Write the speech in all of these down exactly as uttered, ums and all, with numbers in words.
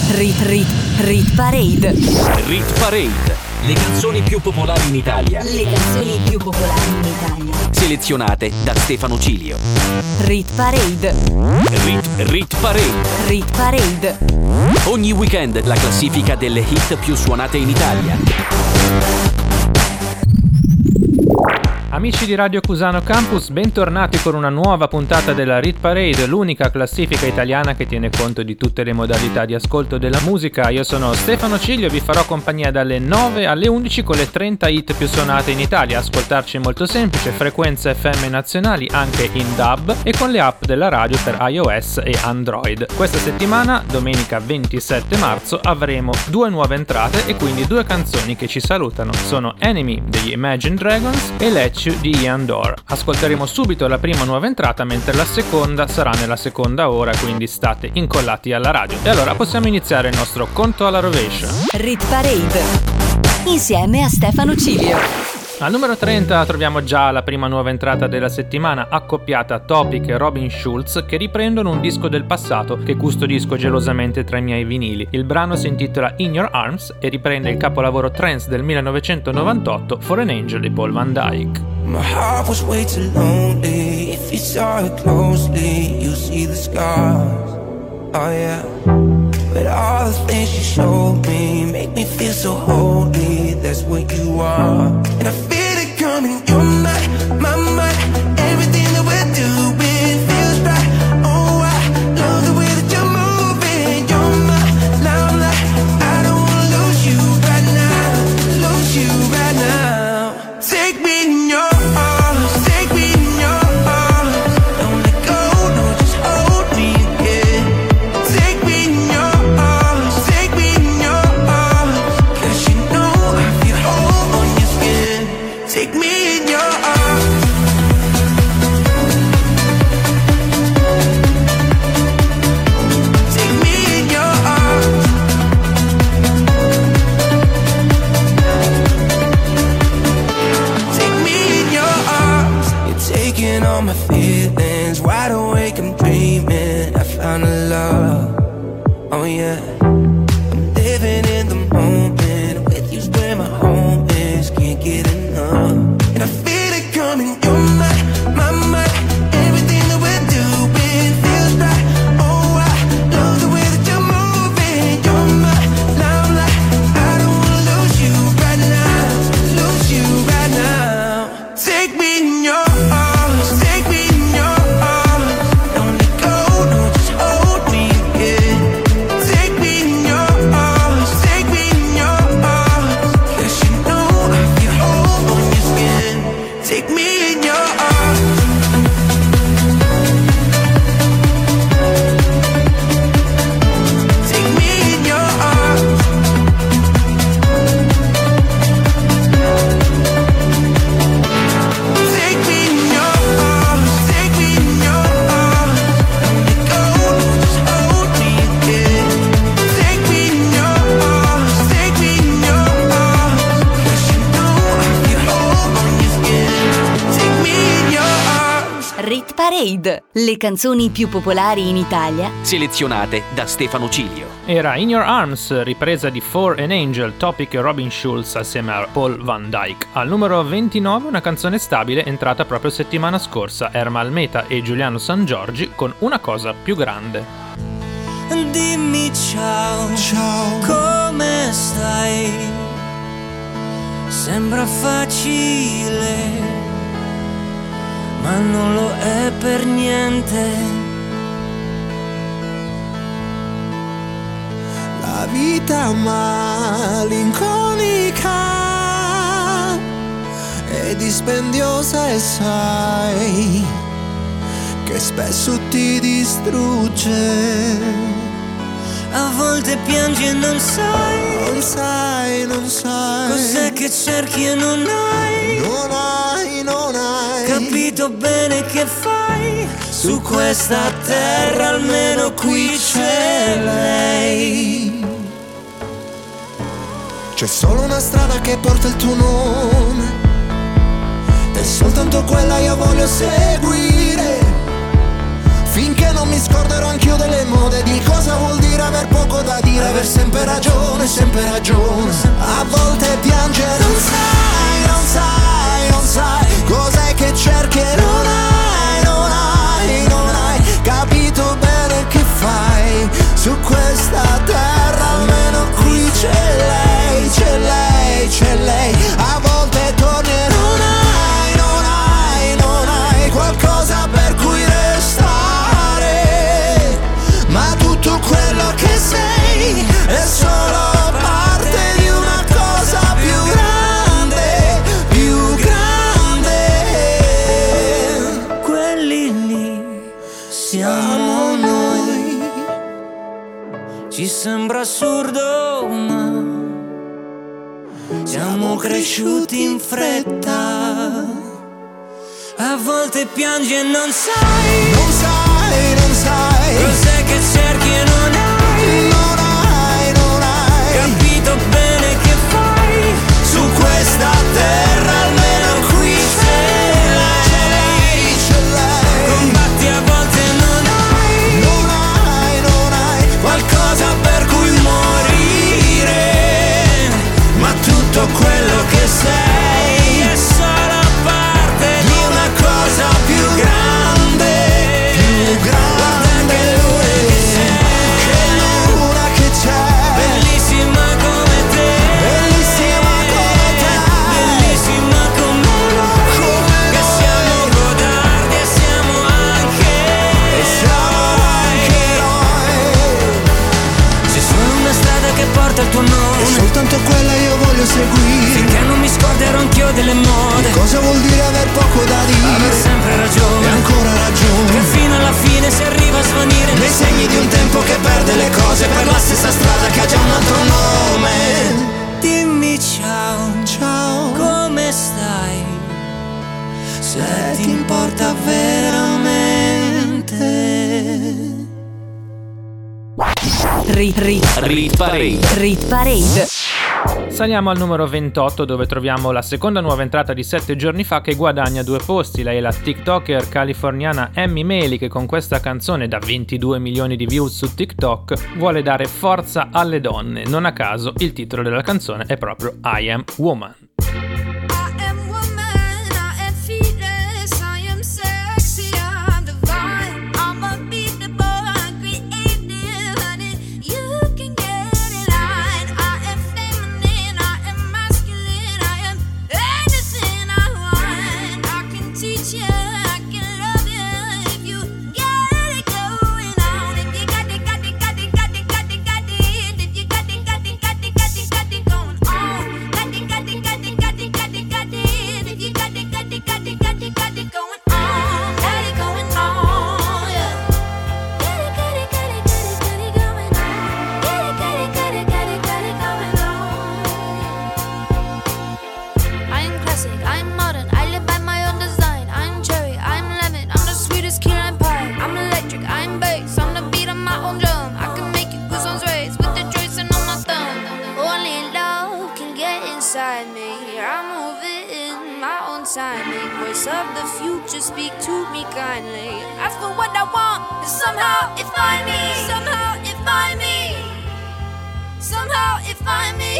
Rit Rit Rit Parade. Rit Parade. Le canzoni più popolari in Italia. Le canzoni più popolari in Italia. Selezionate da Stefano Cilio. Rit Parade. Rit Rit Parade. Rit Parade. Ogni weekend la classifica delle hit più suonate in Italia. Amici di Radio Cusano Campus, bentornati con una nuova puntata della Rit Parade, l'unica classifica italiana che tiene conto di tutte le modalità di ascolto della musica. Io sono Stefano Ciglio e vi farò compagnia dalle nove alle undici con le trenta hit più suonate in Italia. Ascoltarci è molto semplice, frequenze F M nazionali anche in D A B e con le app della radio per iOS e Android. Questa settimana, domenica ventisette marzo, avremo due nuove entrate e quindi due canzoni che ci salutano. Sono Enemy degli Imagine Dragons e Let's di Ian Dore. Ascolteremo subito la prima nuova entrata, mentre la seconda sarà nella seconda ora, quindi state incollati alla radio. E allora possiamo iniziare il nostro conto alla rovescia. Rit Parade insieme a Stefano Cilio. Al numero trenta troviamo già la prima nuova entrata della settimana, accoppiata Topic e Robin Schulz, che riprendono un disco del passato che custodisco gelosamente tra i miei vinili. Il brano si intitola In Your Arms e riprende il capolavoro trance del millenovecentonovantotto For an Angel di Paul Van Dyke. My heart was way too lonely. If you saw it closely, you'll see the scars. Oh yeah. But all the things you showed me make me feel so holy. That's what you are. And I feel it coming. You're my, my, my. Everything that we're doing feels right. Oh, I love the way that you're moving. You're my limelight. I don't wanna lose you right now. Lose you right now. Take me in your arms. Take me in your arms. Don't let go, no, just hold me again. Take me in your arms. Take me in your arms. 'Cause you know I feel home on your skin. Take me in your arms. Take me in your arms. Take me in your arms. You're taking all my feelings. Wide awake, I'm dreaming. I found a love. Oh yeah. I'm living in the moment. With you's where my home is. Can't get enough. And I feel it coming. You're my, my, my. Everything that we're doing feels right. Oh, I love the way that you're moving. You're my limelight. I don't wanna lose you right now. Lose you right now. Take me in your arms. Take me in your arms. Don't let go, no, just hold me again. Take me in your arms. Take me in your arms. 'Cause you know I feel home on your skin. Take me in your arms. Take me in your arms. Take me in your arms. Take me in your arms. Don't let go, no, just hold me again. Take me in your arms. Take me in your arms. 'Cause you know I feel home on your skin. Take me in your arms. Rit Parade, le canzoni più popolari in Italia. Selezionate da Stefano Cilio. Era In Your Arms, ripresa di For an Angel, Topic e Robin Schulz assieme a Paul Van Dyke. Al numero ventinove una canzone stabile entrata proprio settimana scorsa, Ermal Meta e Giuliano Sangiorgi con Una cosa più grande. Dimmi ciao, ciao, come stai? Sembra facile, ma non lo è per niente. La vita malinconica è dispendiosa e sai che spesso ti distrugge. A volte piangi e non sai, Non sai, non sai cos'è che cerchi e non hai Non hai, non hai capito bene che fai. Su questa terra almeno qui c'è lei. C'è solo una strada che porta il tuo nome e soltanto quella io voglio seguire, finché non mi scorderò anch'io delle mode, di cosa vuol dire aver poco da dire, aver sempre ragione, sempre ragione. A volte piangere, non sai, non sai, non sai cos'è che cerchi e non hai, non hai, non hai capito bene che fai su questa terra. Almeno qui c'è lei, c'è lei, c'è lei. A volte torni e non hai, non hai, non hai qualcosa per cui restare, ma tutto quello che sei è solo parte di una cosa più grande, più grande. Quelli lì siamo noi. Ci sembra assurdo, ma siamo cresciuti in fretta. A volte piangi e non sai, non sai, non sai cos'è che cerchi e non hai, non hai, non hai capito bene che fai su questa terra. Almeno qui c'è lei, c'è lei. combatti a volte e non hai, Non hai, non hai qualcosa per cui morire, ma tutto quello che sei è solo parte di una cosa più grande, più grande che luna che sei, che luna che c'è, bellissima come te, bellissima come te, bellissima come noi, come che noi. siamo godardi e siamo anche, E siamo anche noi. c'è solo una strada che porta il tuo E nome, soltanto quella io voglio seguire. finché non mi scorderò anch'io delle mode. Cosa vuol dire aver poco da Aver dire? sempre E ragione, ancora che ragione. fino alla fine si arriva a svanire Nei segni di un tempo che perde le cose per la stessa strada che ha già un altro nome. Dimmi ciao, Ciao, come stai? se ti importa veramente. Rit, rit, Rit Parade. rit parade. Saliamo al numero ventotto, dove troviamo la seconda nuova entrata di sette giorni fa che guadagna due posti. Lei è la TikToker californiana Emmy Meli, che con questa canzone da ventidue milioni di views su TikTok vuole dare forza alle donne. Non a caso il titolo della canzone è proprio I Am Woman. Of the future, speak to me kindly. Ask for what I want, and somehow it find me. Somehow it find me. Somehow it find me.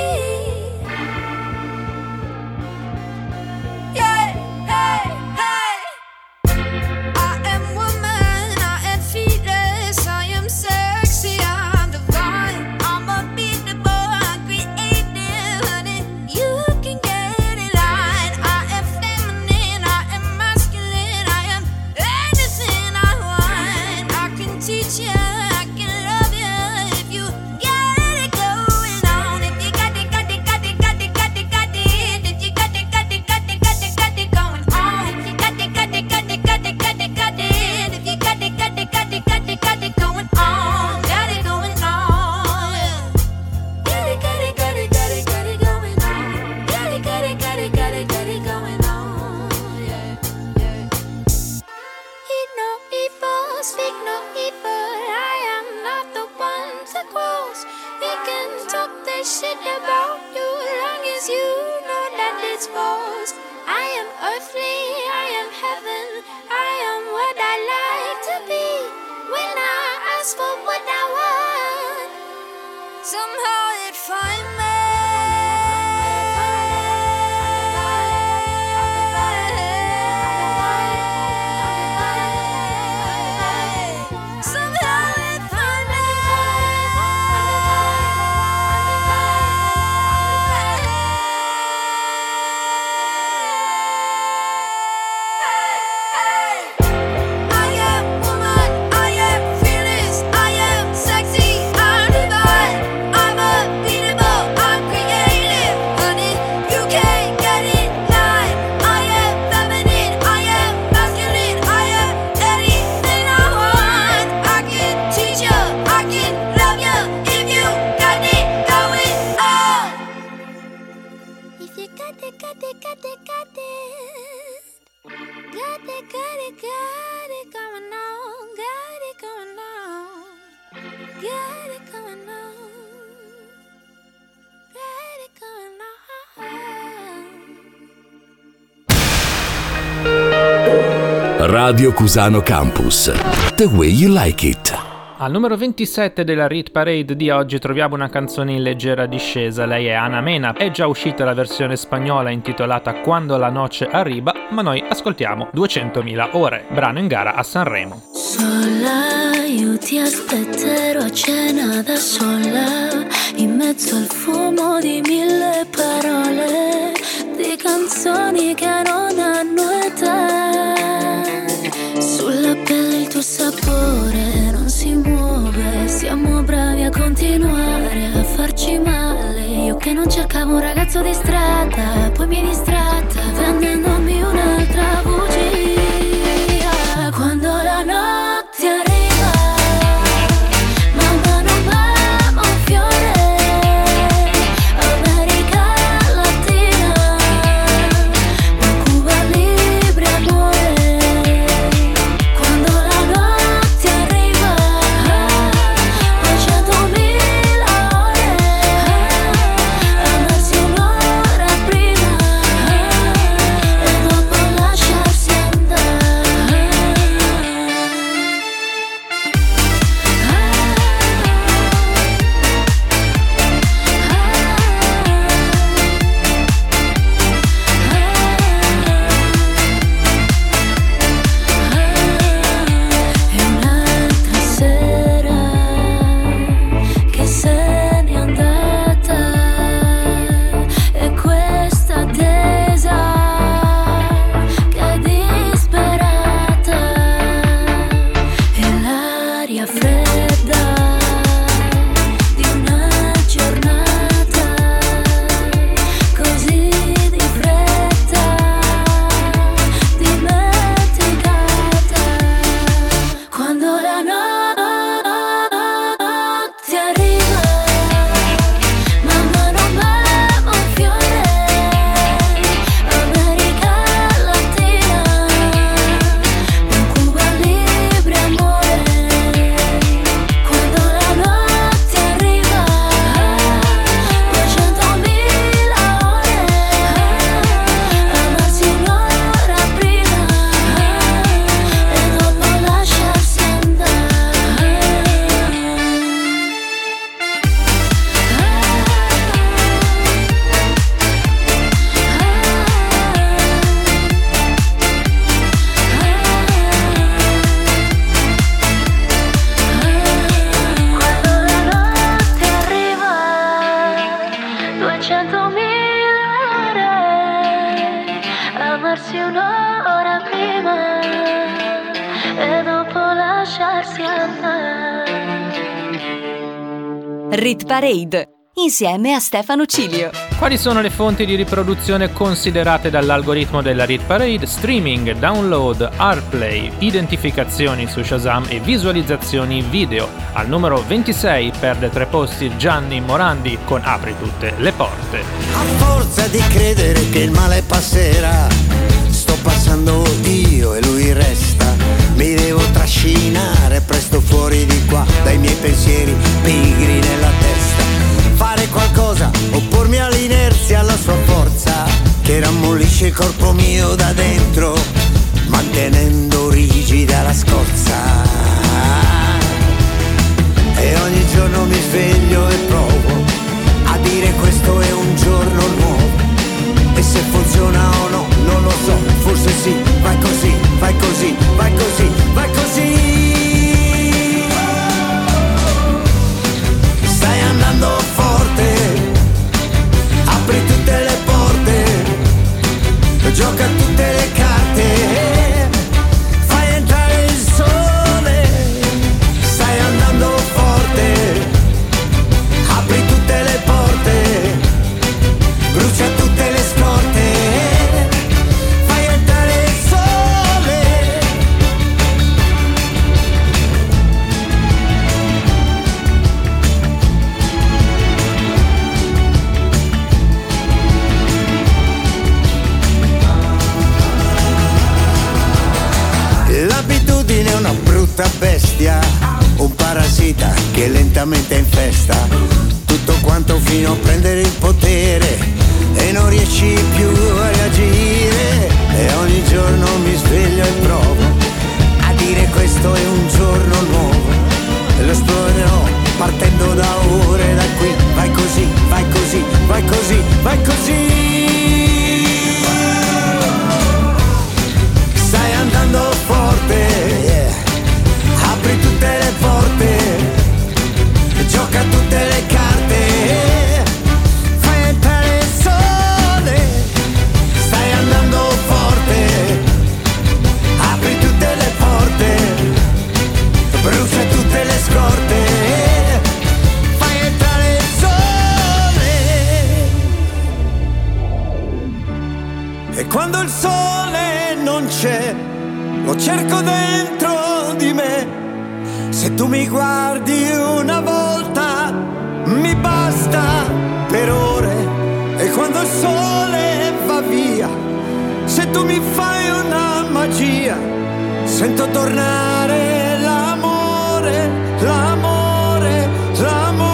Yeah, hey, hey. I am woman, I am fearless, I am sexy, I'm divine. I'm unbeatable, I'm creative, honey. You can get in line. I am feminine, I am masculine, I am anything I want. I can teach you, I can love you if you get it going on. If you got it, got it, got it, got it, got it, got it. If you got it, got it, got it, got it, got it going on. If you got it, got it, got it, got it, got it, got it. If you got it, got it, got it, got it, got it going on. Got it going on. Got it, got it, got it, got it, got it going on. Got it, got it, got it, got it, got it going on. Yeah, yeah. Eat no evil, speak no evil. I am not the one to cross. They can talk their shit about you, long as you know that it's false. I am earthly, I am heaven, I am what I like to be. When I ask for what I want, somehow it find me. Radio Cusano Campus. The way you like it. Al numero ventisette della Rit Parade di oggi troviamo una canzone in leggera discesa. Lei è Ana Mena. È già uscita la versione spagnola intitolata Quando la noche arriba, ma noi ascoltiamo duecentomila ore, brano in gara a Sanremo. Sola, io ti aspetterò a cena da sola, in mezzo al fumo di mille parole, di canzoni che non hanno età. Sulla pelle il tuo sapore non si muove, siamo bravi a continuare a farci male. Io che non cercavo un ragazzo di strada, poi mi distratta vendendomi un'altra bugia. Quando la notte arriva, mamma non ama un fiore, America Latina, Cuba Libre amore. Quando la notte arriva, duecentomila ore, amarsi un'ora prima e dopo lasciarsi andare. E un'altra sera che se n'è andata, e questa attesa che è disperata, e l'aria fredda di una giornata così di fretta, dimenticata. Quando la notte arriva, mamma non ama un fiore, America Latina, Cuba Libre amore. Quando la notte arriva, duecentomila ore, amarsi un'ora prima e dopo lasciarsi andare. Quando la notte arriva, duecentomila ore, amarsi un'ora prima e dopo lasciarsi andare. Rit Parade, insieme a Stefano Cilio. Quali sono le fonti di riproduzione considerate dall'algoritmo della Rit Parade? Streaming, download, Airplay, identificazioni su Shazam e visualizzazioni video. Al numero ventisei perde tre posti Gianni Morandi con Apri tutte le porte. A forza di credere che il male passerà, sto passando io e lui resta. Mi devo trascinare presto fuori di qua, dai miei pensieri pigri nella testa. Fare qualcosa, oppormi all'inerzia, alla sua forza che rammollisce il corpo mio da dentro, mantenendo rigida la scorza. E ogni giorno mi sveglio e provo brutta bestia, un parassita che lentamente infesta tutto quanto fino a prendere il potere e non riesci più a reagire. E ogni giorno mi sveglio e provo a dire questo è un giorno nuovo e lo esplorerò partendo da ore da qui. Vai così, vai così, vai così, vai così. Stai andando forte, yeah. Apri tutte le porte, gioca tutte le carte, fai entrare il sole. Stai andando forte, apri tutte le porte, brucia tutte le scorte, fai entrare il sole. E quando il sole non c'è, lo cerco dentro di me. Se tu mi guardi una volta, mi basta per ore. E quando il sole va via, se tu mi fai una magia, sento tornare l'amore, l'amore, l'amore.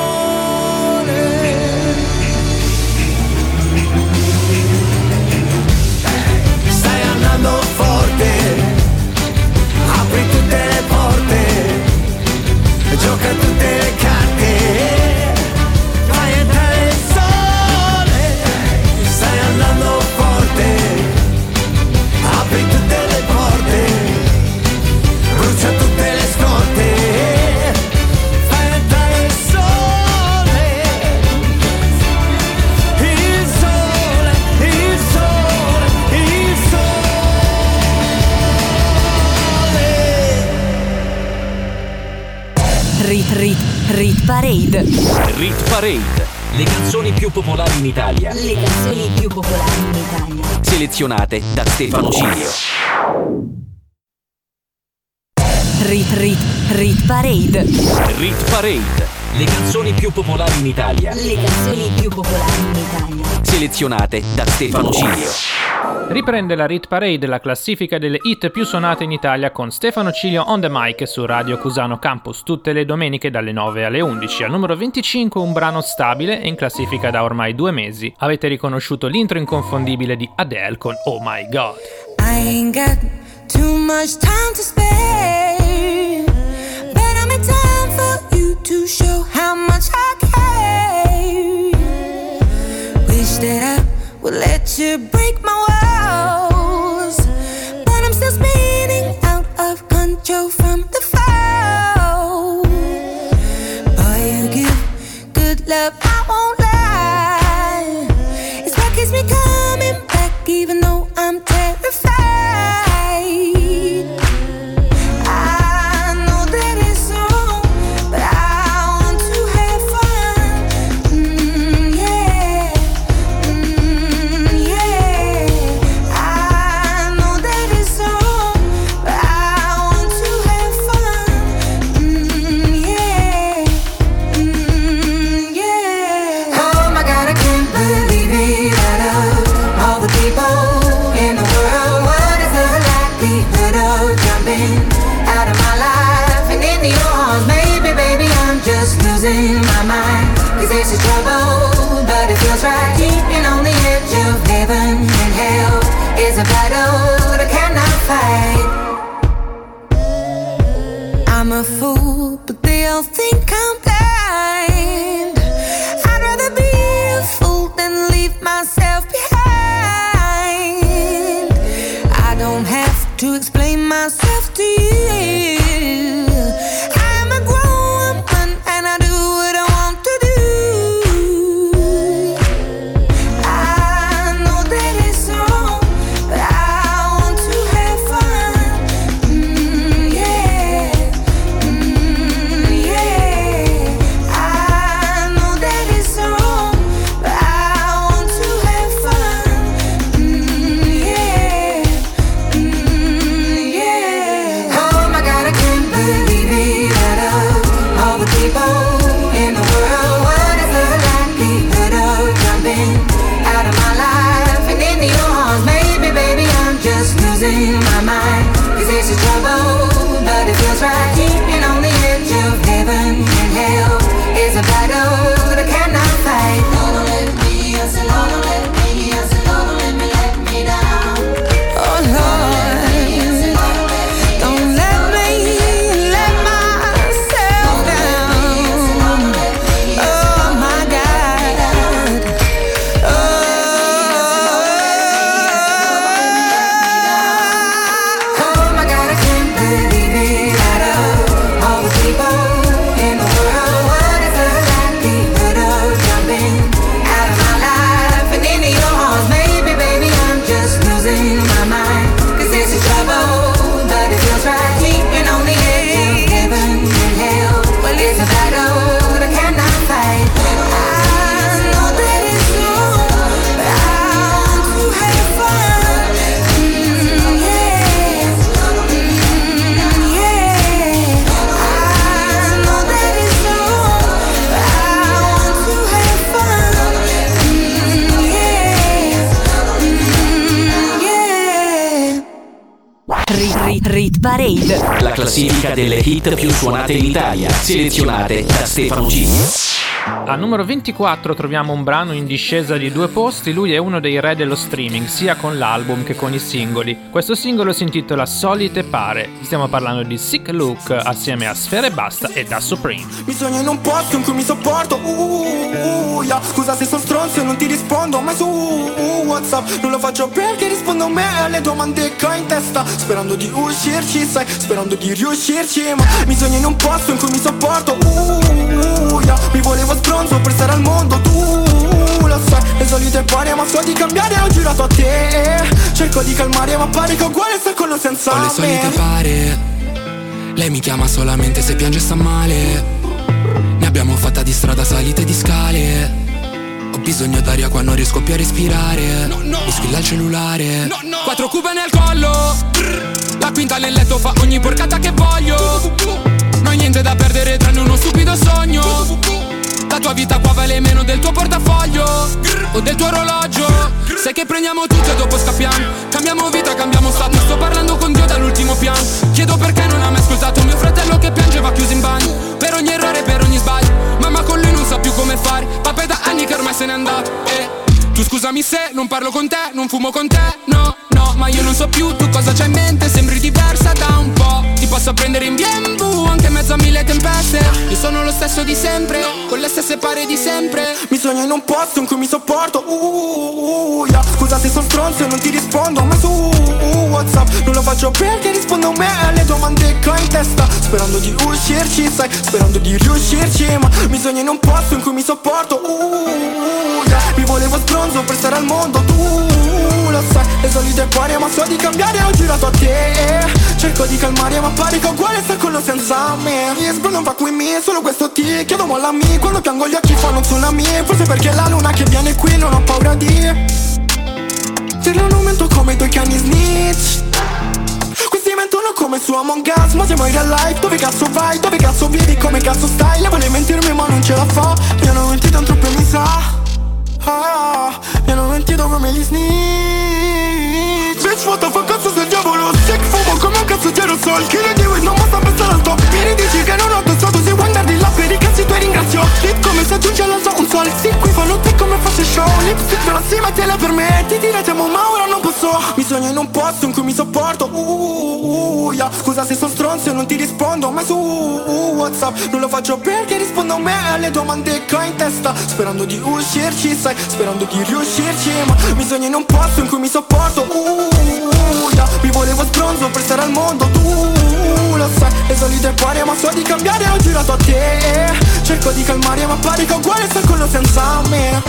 Stai andando forte, apri tutte le porte, gioca tutte le carte, fai entrare il sole. Stai andando forte, apri tutte le porte, brucia tutte le scorte, fai entrare il sole. Il sole, il sole, il sole. Rit Rit Rit Parade. Rit Parade, le canzoni più popolari in Italia. Le canzoni più popolari in Italia. Selezionate da Stefano Cilio. Rit Rit Rit Parade. Rit Parade, le canzoni più popolari in Italia. Le canzoni più popolari in Italia. Selezionate da Stefano Cilio. Riprende la Rit Parade, la classifica delle hit più suonate in Italia, con Stefano Cilio on the mic su Radio Cusano Campus tutte le domeniche dalle nove alle undici. Al numero venticinque un brano stabile e in classifica da ormai due mesi. Avete riconosciuto l'intro inconfondibile di Adele con Oh My God. I ain't got too much time to spare, but I'm in time for you to show how much I care. Wish that I would let you break my walls, but I'm still spinning out of control from the fall. Boy, you give good love, I won't lie. It's what keeps me coming back even though I'm terrified. I know that it's wrong, but I want to have fun. Mm, yeah. Mm, yeah. I know that it's wrong, but I want to have fun. Mm, yeah. Mm, yeah. Oh my God, I can't believe it. Out of all the people in the world, what is the likelihood of jumping out of my life and into your arms? Maybe, baby, I'm just losing my mind. Cause this is trouble, but it feels right. Keeping on the edge of heaven and hell is a battle that I cannot fight. I'm a fool, but they all think I'm blind. I'd rather be a fool than leave myself behind. I don't have to explain myself to you. I'm a grown woman and I do what I want to do. I know that it's wrong, but I want to have fun. Mm, yeah. Mm, yeah. Rit, Rit Parade. La classifica delle hit più suonate in Italia, selezionate da Stefano Ciglio. Al numero ventiquattro troviamo un brano in discesa di due posti. Lui è uno dei re dello streaming, sia con l'album che con i singoli. Questo singolo si intitola Solite Pare. Stiamo parlando di Sick Look assieme a Sfera Ebbasta e da Supreme. Mi sogno in un posto in cui mi sopporto, uh, uh, yeah. Scusa se sono stronzo e non ti rispondo mai su uh, WhatsApp. Non lo faccio perché rispondo a me e alle domande che ho in testa, sperando di uscirci, sai, sperando di riuscirci. Ma mi sogno in un posto in cui mi sopporto, uh, uh, yeah. Mi volevo sbronzo per stare al mondo, tu lo sai. Le solite pare ma so di cambiare, ho girato a te. Cerco di calmare ma pare che uguale sta con o senza me. Ho le solite pare, lei mi chiama solamente se piange e sta male. Ne abbiamo fatta di strada, salite di scale. Ho bisogno d'aria qua, non riesco più a respirare. No, no. Mi squilla il cellulare. No, no. Quattro cube nel collo, la quinta nel letto fa ogni porcata che voglio. Non ho niente da perdere tranne uno stupido sogno. La tua vita qua vale meno del tuo portafoglio o del tuo orologio. Sai che prendiamo tutto e dopo scappiamo. Cambiamo vita, cambiamo stato. Sto parlando con Dio dall'ultimo piano. Chiedo perché non ha mai ascoltato mio fratello che piangeva chiuso in bagno. Per ogni errore, per ogni sbaglio. Mamma con lui non sa più come fare. Papà da anni che ormai se n'è andato. E tu scusami se non parlo con te, non fumo con te, no, no. Ma io non so più tu cosa c'hai in mente. Sembri diversa da un po'. Ti posso prendere in B M W anche in mezzo a mille tempeste. Io sono lo stesso di sempre, con le stesse pare di sempre. Mi sogno in un posto in cui mi sopporto, uh, uh, yeah. Scusa se sono stronzo e non ti rispondo mai su uh, WhatsApp. Non lo faccio perché rispondo a me e alle domande che ho in testa, sperando di uscirci, sai, sperando di riuscirci. Ma mi sogno in un posto in cui mi sopporto, uh, yeah. Mi volevo sbronzo per stare al mondo, tu lo sai. Le solite pare ma so di cambiare, ho girato a te. Cerco di calmare ma pare che uguale sta con o senza me. Mi sbro non va qui mi, solo questo ti chiedo mollami. Quando piango gli occhi fanno un tsunami. Forse perché la luna che viene qui non ho paura di dirlo un momento come i tuoi cani snitch. Questi mentono come su Among Us, ma siamo in real life. Dove cazzo vai, dove cazzo vivi, come cazzo stai? Lei vuole mentirmi ma non ce la fa. Mi hanno mentito un troppo e mi sa, ah, mi hanno mentito come gli snitch. Bitch what the fuck, cazzo sei il diavolo. Sick fumo come un cazzo di aerosol. Chi ne dico non basta pensare al top. Mi dici che non ho pensato, se vuoi andare di là per i cazzi tuoi ringrazio. Lip come se aggiunge all'alto un sol. Sì qui fanno te come faccio show. Lipstick però sì mettila per me. Ti direte ma ora non posso. Mi sogno in un posto in cui mi sopporto, uh, uh, uh, yeah. Scusa se sono stronzo e non ti rispondo mai su uh, WhatsApp. Non lo faccio perché rispondo a me e alle domande che ho in testa, sperando di uscirci, sai, sperando di riuscirci. Ma mi sogno in un posto in cui mi sopporto, uh, yeah. Mi volevo sbronzo per stare al mondo, tu lo sai. Le solite pare ma so di cambiare, ho girato a te. Cerco di calmare ma pare che uguale sta con o senza me.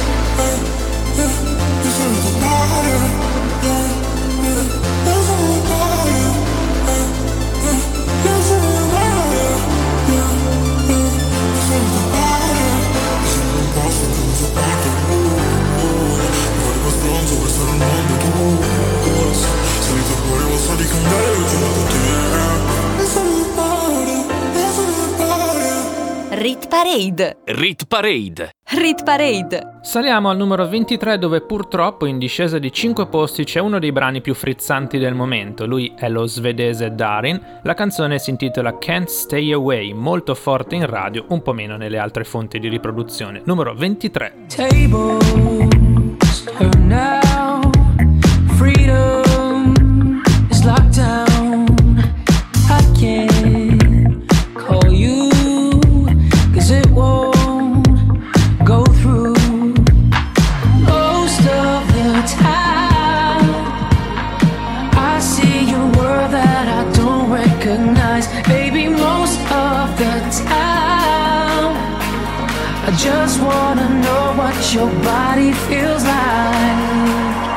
Rit Parade. Rit Parade. Rit Parade. Saliamo al numero ventitré, dove purtroppo in discesa di cinque posti c'è uno dei brani più frizzanti del momento. Lui è lo svedese Darin. La canzone si intitola Can't Stay Away, molto forte in radio, un po' meno nelle altre fonti di riproduzione. Numero ventitré. Tables turn now, freedom is locked down. I can't call you, cause it won't go through. Most of the time I see your world that I don't recognize. Baby, most of the time I just wanna know what your body feels like.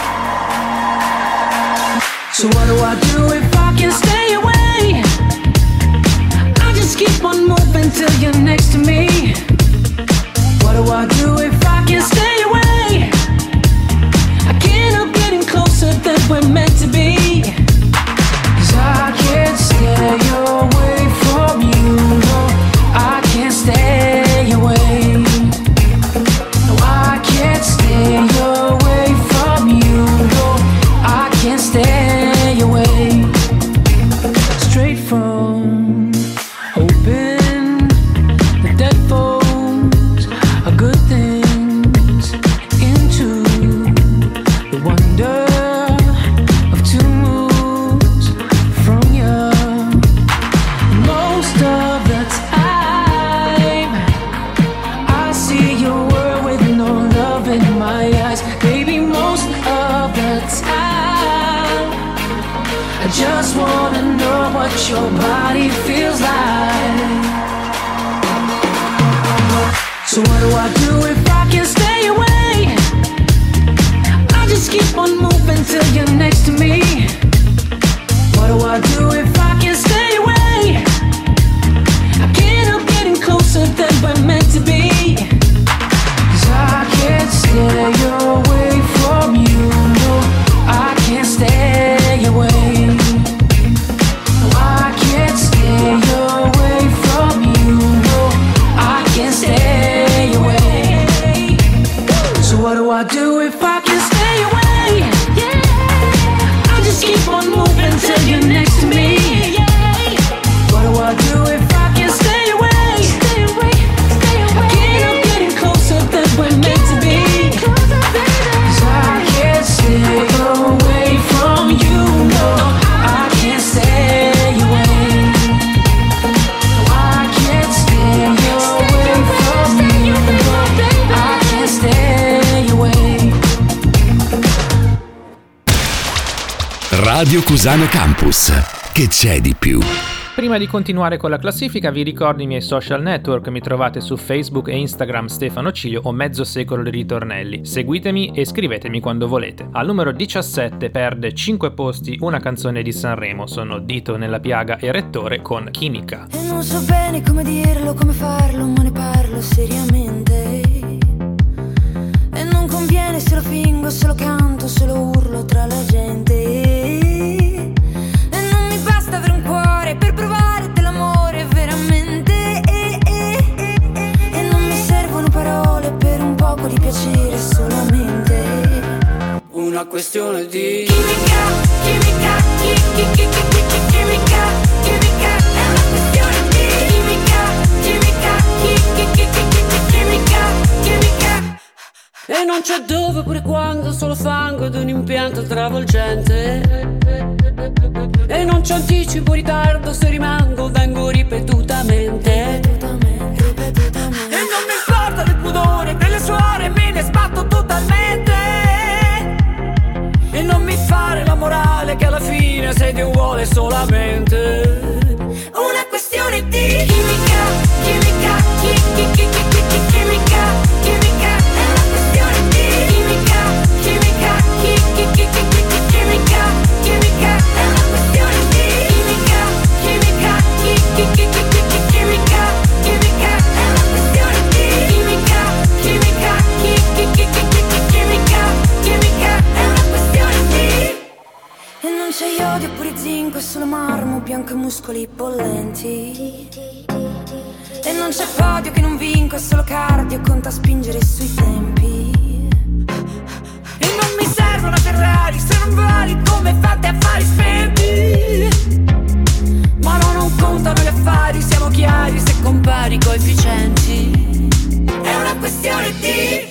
So what do I do if I can stay away? I just keep on moving till you're next to me. What do I do if I can stay away? I can't help getting closer than we're meant to be. Cause I can't stay away from you. No, I can't stay away. No, I can't stay away from you. No, I can't stay away. your body feels like. So what do I do if I can't stay away? I just keep on moving till you're next to me. What do I do if I can't stay away? I can't help getting closer than we're meant to be. 'Cause I can't stay away from you. No, I can't stay away. No, I can't stay away from you. No, I can't stay away. So what do I do if I can't stay away? I just keep on moving till you're next to me. What do I do if I can't stay away? Stay away, stay away. I can't help getting closer than we're meant to be. 'Cause I can't stay away from you. No, I can't stay away. No, I can't stay away from you. No, I can't stay away. Radio Cusano Campus. Che c'è di più? Prima di continuare con la classifica vi ricordo i miei social network, mi trovate su Facebook e Instagram Stefano Cilio o Mezzo Secolo di Ritornelli. Seguitemi e scrivetemi quando volete. Al numero diciassette perde cinque posti una canzone di Sanremo, sono Dito nella piaga e Rettore con Chimica. E non so bene come dirlo, come farlo, ma ne parlo seriamente. E non conviene se lo fingo, se lo canto, se lo urlo tra la gente. E non mi basta avere un cuore per provare dell'amore veramente. E, e, e, e non mi servono parole per un poco di piacere solamente. Una questione di chimica, chimica, chi, chi, chi, chi, chi, chi, chimica, chimica, è una questione di chimica, chimica, chi, chi, chi, chi, chi, chi, chimica, chimica. E non c'è dove pure quando, solo fango ed un impianto travolgente. E non c'è anticipo, ritardo, se rimango vengo ripetutamente. E non mi importa del pudore, delle suore, me ne sbatto totalmente. E non mi fare la morale che alla fine sei Dio vuole solamente. Una questione di chimica, chimica, chi, chi, chi, chi, chi, chi, chimica, chimica, è una questione di chimica, chimica, chi, chi, chi, chi, chi, chi, chimica, chimica, è una questione di chimica, chimica, chi, chi, chi, chi, chi, chi, chimica, chimica, è una questione di chimica, chimica, chi, chi, chi, chi, chi, chi, chimica, chimica, è una questione di. E non c'è iodio pure zinco, è solo marmo bianco e muscoli bollenti. E non c'è podio che non vinco, è solo cardio, conta spingere sui tempi. E non mi serve una Ferrari se non vali come fate affari spenti. Ma no, non contano gli affari, siamo chiari se compari i coefficienti. È una questione di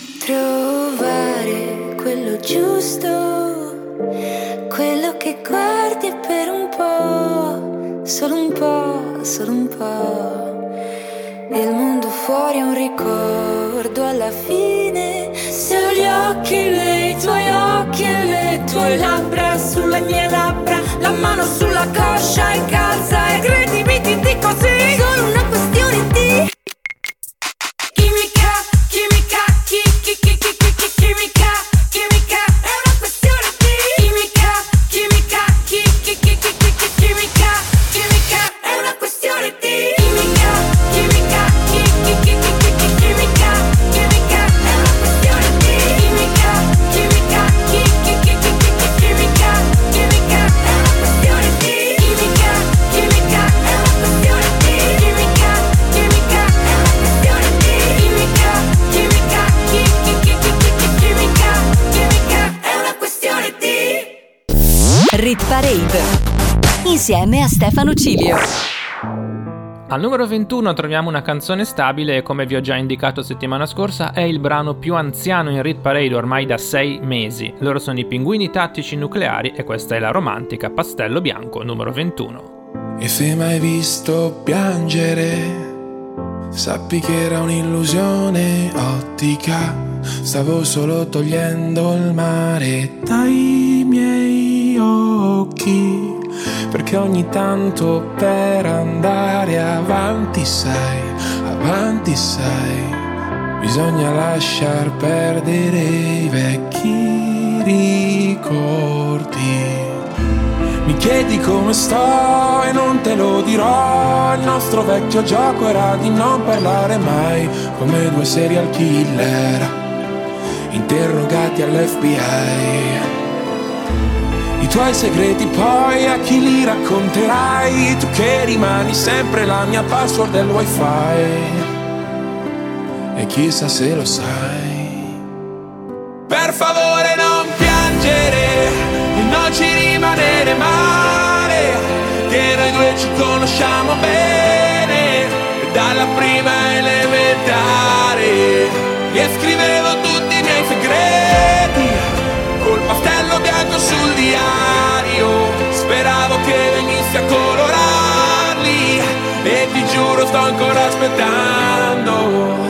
trovare quello giusto, quello che guardi per un po', solo un po', solo un po'. Il mondo fuori è un ricordo alla fine. Se ho gli occhi, lei, i tuoi occhi e le tue labbra sulle mie labbra, la mano sulla coscia e calza e credimi ti dico sì. Solo una questione di chimica, chimica, chi, chi, chi, chi, chi, chi, chimica, chimica, è una questione di chimica, chimica, chi, chi, chi, chi, chi, chi, chimica, chimica, è una questione di chimica, chimica, chi, chi, chi, chi, chi, chi, chimica, chimica, è una questione di chimica, chimica, chi, chi, chi, chi, chi, chi, chimica, chimica, è una questione di chimica, chimica, è una questione di chimica, chimica, è una questione di chimica, chimica, chi, chi, chi, chi, chi, chi, chimica, chimica, è una questione di Rit Parade insieme a Stefano Cilio. Al numero ventuno troviamo una canzone stabile e, come vi ho già indicato settimana scorsa, è il brano più anziano in Rit Parade ormai da sei mesi. Loro sono i Pinguini Tattici Nucleari e questa è la romantica Pastello Bianco numero ventuno. E se mai visto piangere, sappi che era un'illusione ottica. Stavo solo togliendo il mare dai miei occhi perché ogni tanto per andare avanti sai, avanti sai, bisogna lasciar perdere i vecchi ricordi. Mi chiedi come sto e non te lo dirò. Il nostro vecchio gioco era di non parlare mai, come due serial killer interrogati all'F B I. I tuoi segreti poi a chi li racconterai? Tu che rimani sempre la mia password del wifi, e chissà se lo sai. Per favore non piangere e non ci rimanere male, che noi due ci conosciamo bene dalla prima elementare. E scrivevo tutti i miei segreti col pastello bianco sul diario, speravo che venissi a colorarli e ti giuro sto ancora aspettando.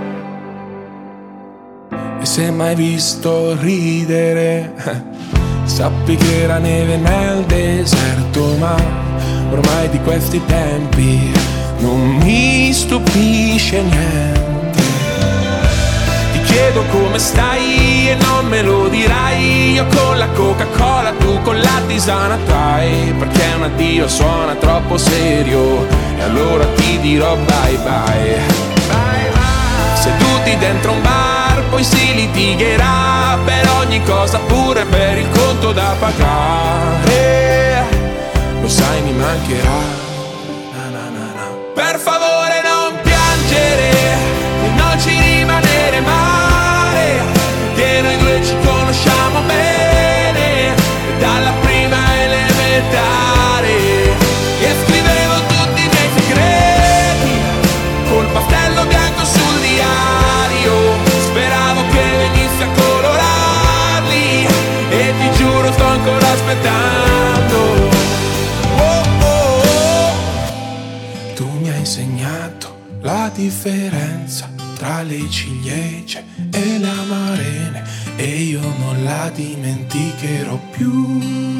E se mai visto ridere, sappi che era neve nel deserto, ma ormai di questi tempi non mi stupisce niente. Ti chiedo come stai e non me lo dirai, io con la Coca-Cola, tu con la tisana Thai, perché un addio suona troppo serio e allora ti dirò bye bye. Bye bye. Seduti dentro un bar poi si litigherà per ogni cosa, pure per il conto da pagare. Lo sai mi mancherà. Na, na, na, na. Per favore non piangere e non ci rimanere male, che noi due ci conosciamo bene dalla prima elementare. E scrivevo tutti i miei segreti col pastello bianco sul diario, speravo che venissi a colorarli e ti giuro sto ancora aspettando. Oh, oh, oh. Tu mi hai insegnato la differenza tra le ciliegie e le amarene e io non la dimenticherò più.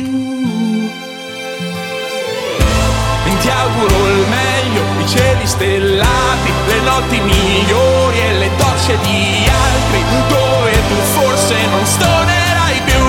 E ti auguro il meglio, i cieli stellati, le notti migliori e le docce di altri, dove tu forse non stonerai più.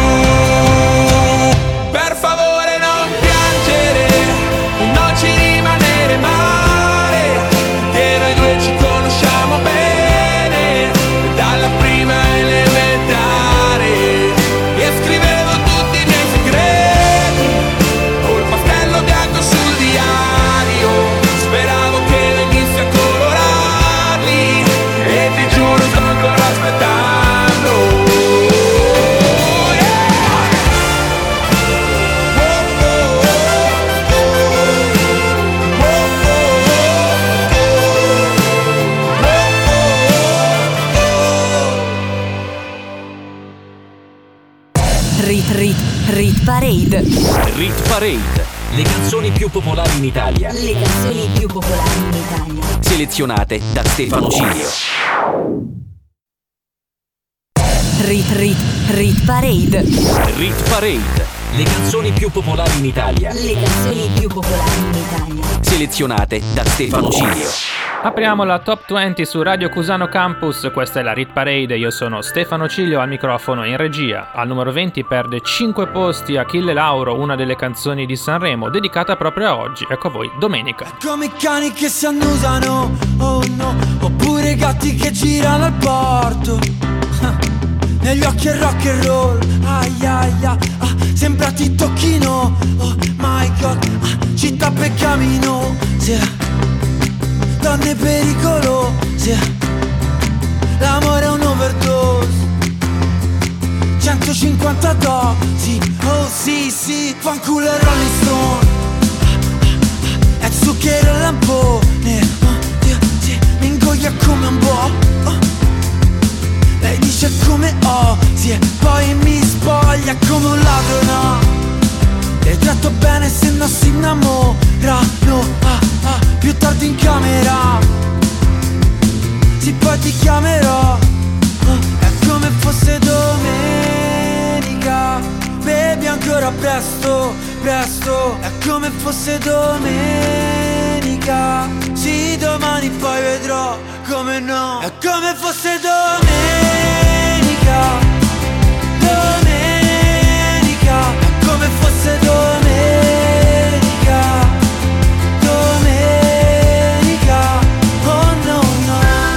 Per favore non piangere, non ci rimanere male, che noi due ci conosciamo bene dalla prima elementare. E scrivevo tutti i miei segreti col pastello bianco sul diario, speravo che venissi a colorarli e ti giuro sto ancora aspettando. Rit Rit Rit Parade. Rit Parade. Le canzoni più popolari in Italia. Le canzoni più popolari in Italia. Selezionate da Stefano Cilio. Rit Rit Rit Parade. Rit Parade. Le canzoni più popolari in Italia. Le canzoni più popolari in Italia. Selezionate da Stefano Cilio. Apriamo la Top venti su Radio Cusano Campus, questa è la Rit Parade, io sono Stefano Cilio al microfono in regia. Al numero venti perde cinque posti Achille Lauro, una delle canzoni di Sanremo, dedicata proprio a oggi, ecco a voi, Domenica. Come cani che si annusano, oh no, oppure gatti che girano al porto. Negli occhi è rock and roll, ai ai ai, ah, sembra ti tocchino, oh my god, ah, città per camino, sì. Donne pericolose, l'amore è un overdose, centocinquanta dosi, oh sì sì, fanculo e Rolling Stone, è zucchero e lampone, oh Dio, sì, mi ingoglia come un po', oh. Lei dice come ho, sì, e poi mi spoglia come un ladro, no. Le tratto bene se no si innamorano, ah, ah, più tardi in camera. Sì, poi ti chiamerò, oh, è come fosse domenica. Baby ancora presto, presto, è come fosse domenica. Sì, domani poi vedrò, come no, è come fosse domenica. Domenica, è come fosse domenica. Domenica, oh no no.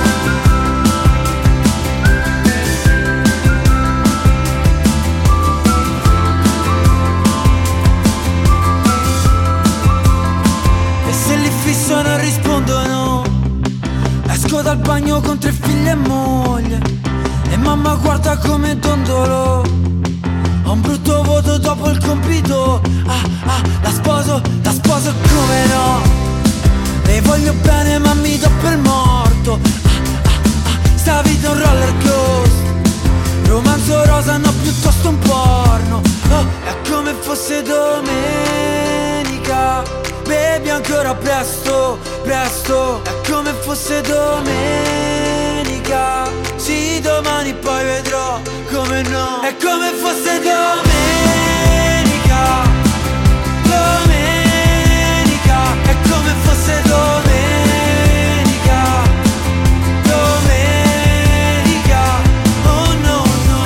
E se li fisso non rispondono, esco dal bagno con tre figlie e moglie, e mamma guarda come dondolo. Ho un brutto voto dopo il compito. Ah ah, la sposo, la sposo come no. Le voglio bene ma mi do per morto. Ah ah ah, sta vita è un roller coaster. Romanzo rosa no, piuttosto un porno. Oh, è come fosse domenica. Baby ancora presto, presto, è come fosse domenica. Sì, domani poi vedrò, come no, è come fosse domenica. Domenica, è come fosse domenica. Domenica, oh no no.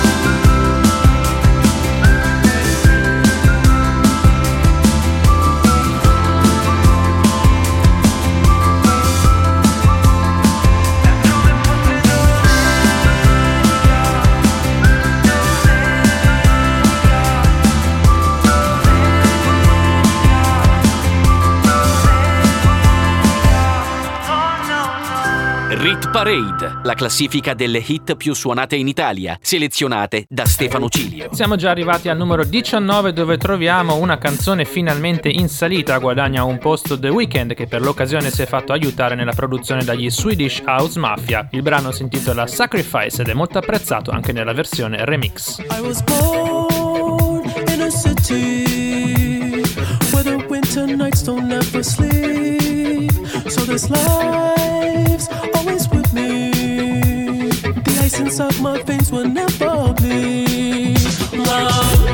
Rit Parade, la classifica delle hit più suonate in Italia, selezionate da Stefano Cilio. Siamo già arrivati al numero diciannove, dove troviamo una canzone finalmente in salita. Guadagna un posto The Weeknd, che per l'occasione si è fatto aiutare nella produzione dagli Swedish House Mafia. Il brano si intitola Sacrifice ed è molto apprezzato anche nella versione remix. I was born in a city where the winter nights don't ever sleep, so this life's always with me. The ice inside my veins will never bleed. Love,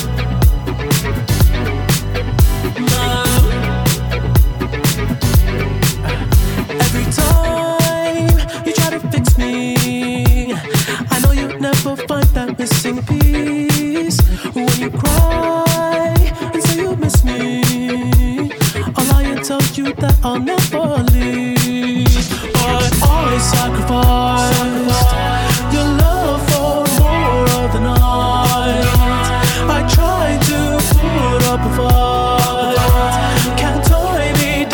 love. Every time you try to fix me, I know you'll never find that missing piece. When you cry and say you miss me, I'll lie and tell you that I'll never leave. But I sacrificed your love for more of the night. I tried to put up a fight, can't tie me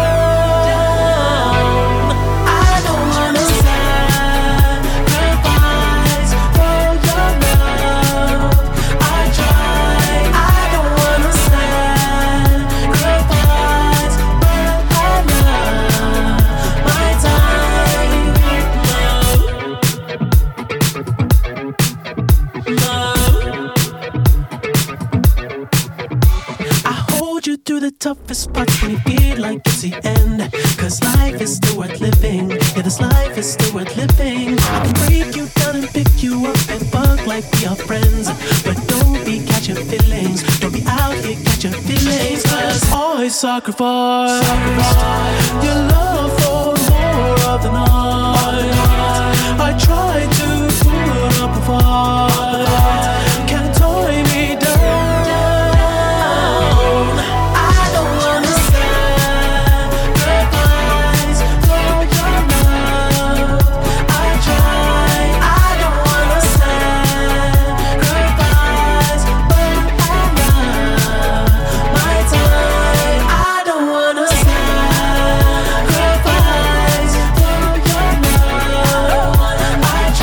down. I don't wanna sacrifice for your love. I tried, I don't wanna sacrifice, but I love my time. Love, love. I hold you through the toughest parts when you feel like it's the end. Cause life is still worth living. Yeah, this life is still worth living. I can break you down and pick you up and fuck like we are friends. But don't be catching feelings. Don't be out here catching feelings. Cause I sacrifice, sacrifice your love for more of the night. I tried to put up a fight, can't tie me down. I don't wanna sacrifice for your love. I tried, I don't wanna sacrifice, but I love my time. I don't wanna sacrifice for your love. I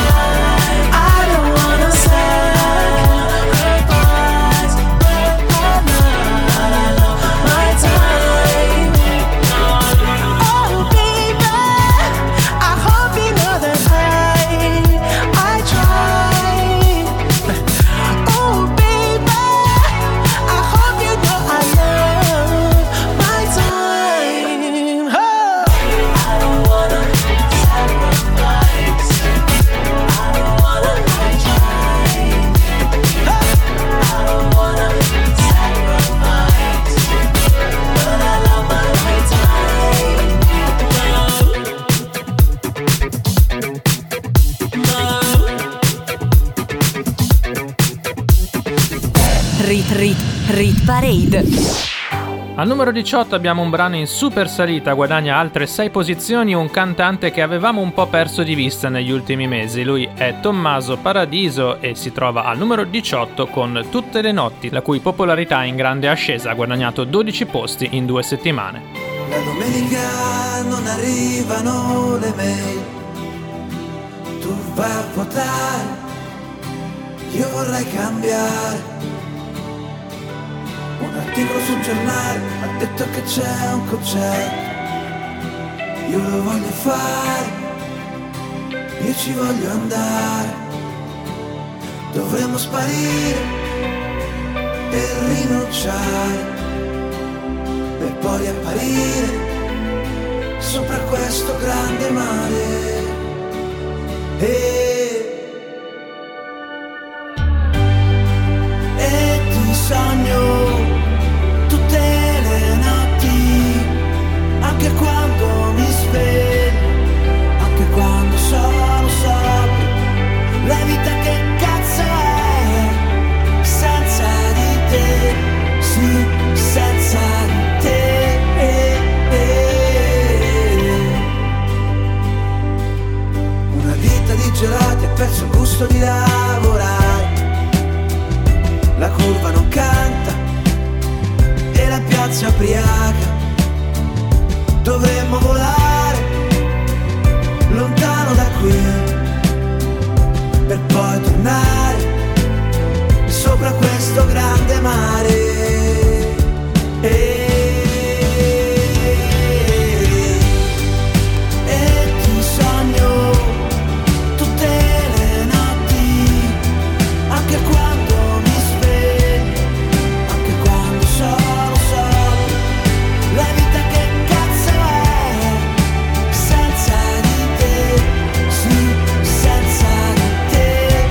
Rit Rit Rit Parade. Al numero diciotto abbiamo un brano in super salita, guadagna altre sei posizioni, un cantante che avevamo un po' perso di vista negli ultimi mesi. Lui è Tommaso Paradiso e si trova al numero diciotto con Tutte le notti, la cui popolarità è in grande ascesa, ha guadagnato dodici posti in due settimane. La domenica non arrivano le mail, tu vai a votare, io vorrei cambiare. Un articolo sul giornale ha detto che c'è un concerto, io lo voglio fare, io ci voglio andare. Dovremmo sparire e rinunciare, per poi apparire sopra questo grande mare. E, e ti sogno tutte le notti, anche quando mi sveglio, anche quando sono sobrio. La vita che cazzo è senza di te, sì, senza di te. Una vita di gelati, ha perso il gusto di lavorare, la curva non canta e la piazza ubriaca. Dovremmo volare lontano da qui, per poi tornare sopra questo grande mare. E, e ti sogno tutte le notti, anche quando mi sveglio, anche quando sono solo. La vita che cazzo è senza di te, sì, senza di te.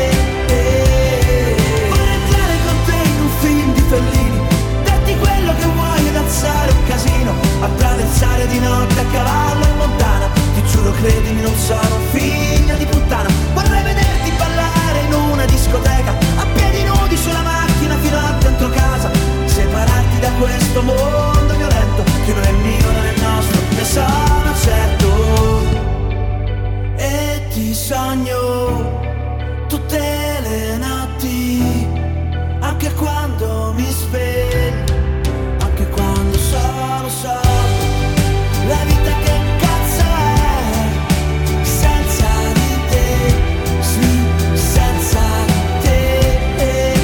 Vorrei entrare con te in un film di Fellini, darti quello che vuoi ed alzare un casino, attraversare di notte a cavallo in montana. Ti giuro, credimi, non sono figlio di puttana. Vorrei vederti ballare in una discoteca, a piedi nudi sulla macchina fino a dentro casa, separarti da questo mondo violento che non è mio, non è nostro, ne sono certo. E ti sogno tutte le notti, anche quando mi sveglio, anche quando sono solo. La vita che cazzo è senza di te, sì, senza di te.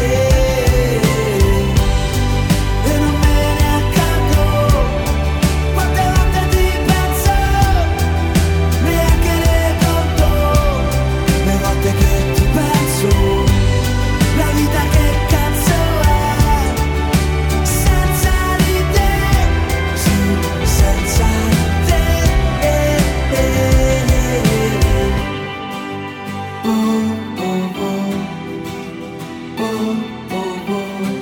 E non me ne accorgo quante volte ti penso, neanche ne conto le volte che ti penso. La vita che cazzo è senza di te, sì, senza di te. Oh, oh, oh. Oh, oh, oh.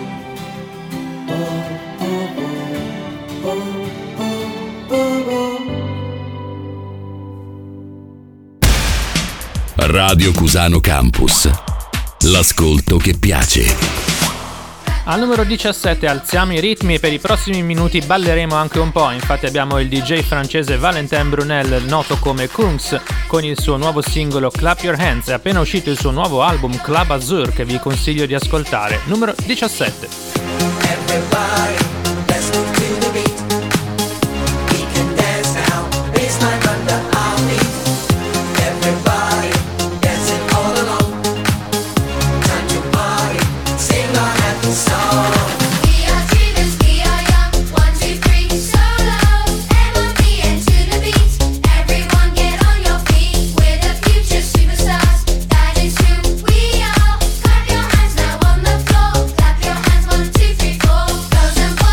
Oh, oh, oh, oh. Radio Cusano Campus. L'ascolto che piace. Al numero diciassette alziamo i ritmi e per i prossimi minuti balleremo anche un po', infatti abbiamo il D J francese Valentin Brunel, noto come Kungs, con il suo nuovo singolo Clap Your Hands. È appena uscito il suo nuovo album Club Azur, che vi consiglio di ascoltare. Numero diciassette. Everybody, let's move to the beat. We can dance now, baseline under our feet. Everybody, dancing all along. Time to party, sing our happy song. We are dreamers, we are young. One, two, three, solo. M O D and to the beat. Everyone get on your feet. We're the future superstars. That is who we are. Clap your hands now on the floor. Clap your hands, one, two, three, four. Girls and boys.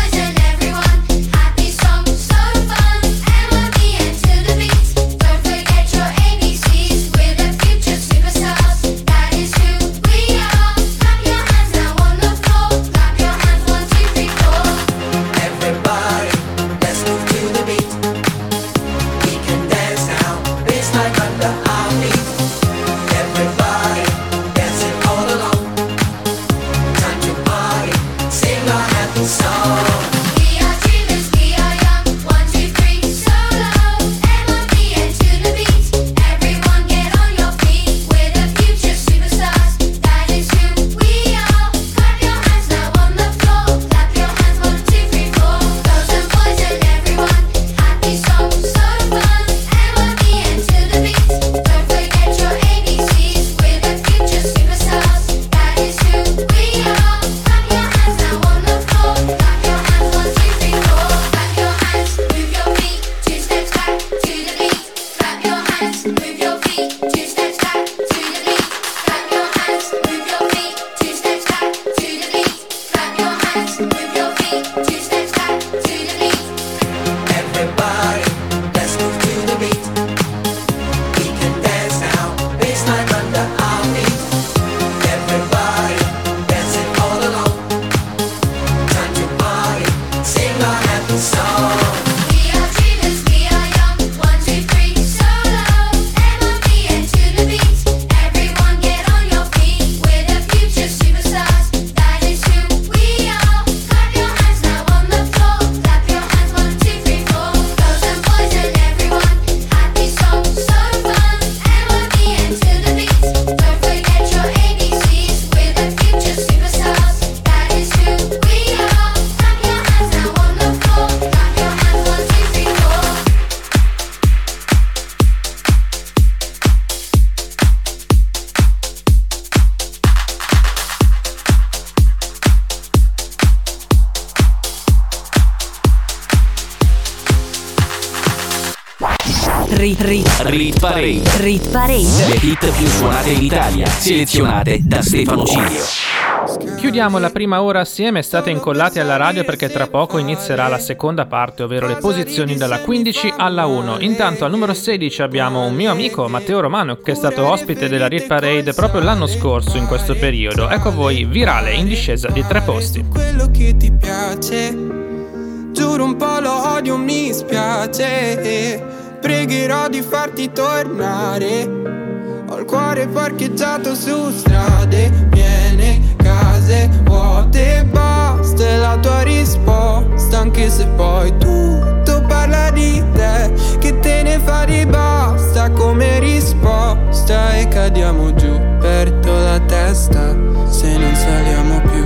Rit, rit, Rit Parade. Rit Parade. Le hit più suonate in Italia, selezionate da Stefano Cilio. Chiudiamo la prima ora assieme, state incollati alla radio perché tra poco inizierà la seconda parte, ovvero le posizioni dalla quindici alla uno. Intanto al numero sedici abbiamo un mio amico, Matteo Romano, che è stato ospite della Rit Parade proprio l'anno scorso in questo periodo. Ecco a voi Virale, in discesa di tre posti. Quello che ti piace, giuro un po' lo odio, mi spiace. Pregherò di farti tornare. Ho il cuore parcheggiato su strade piene, case vuote, basta è la tua risposta. Anche se poi tutto parla di te, che te ne fai basta come risposta. E cadiamo giù, perdo la testa se non saliamo più.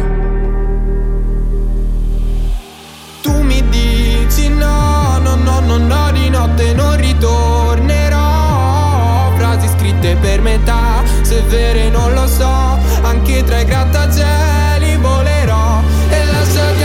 Tu mi dici no, no, no, no, no, di notte non ritornerò. Frasi scritte per metà, se vere non lo so. Anche tra i grattacieli volerò. E lasciati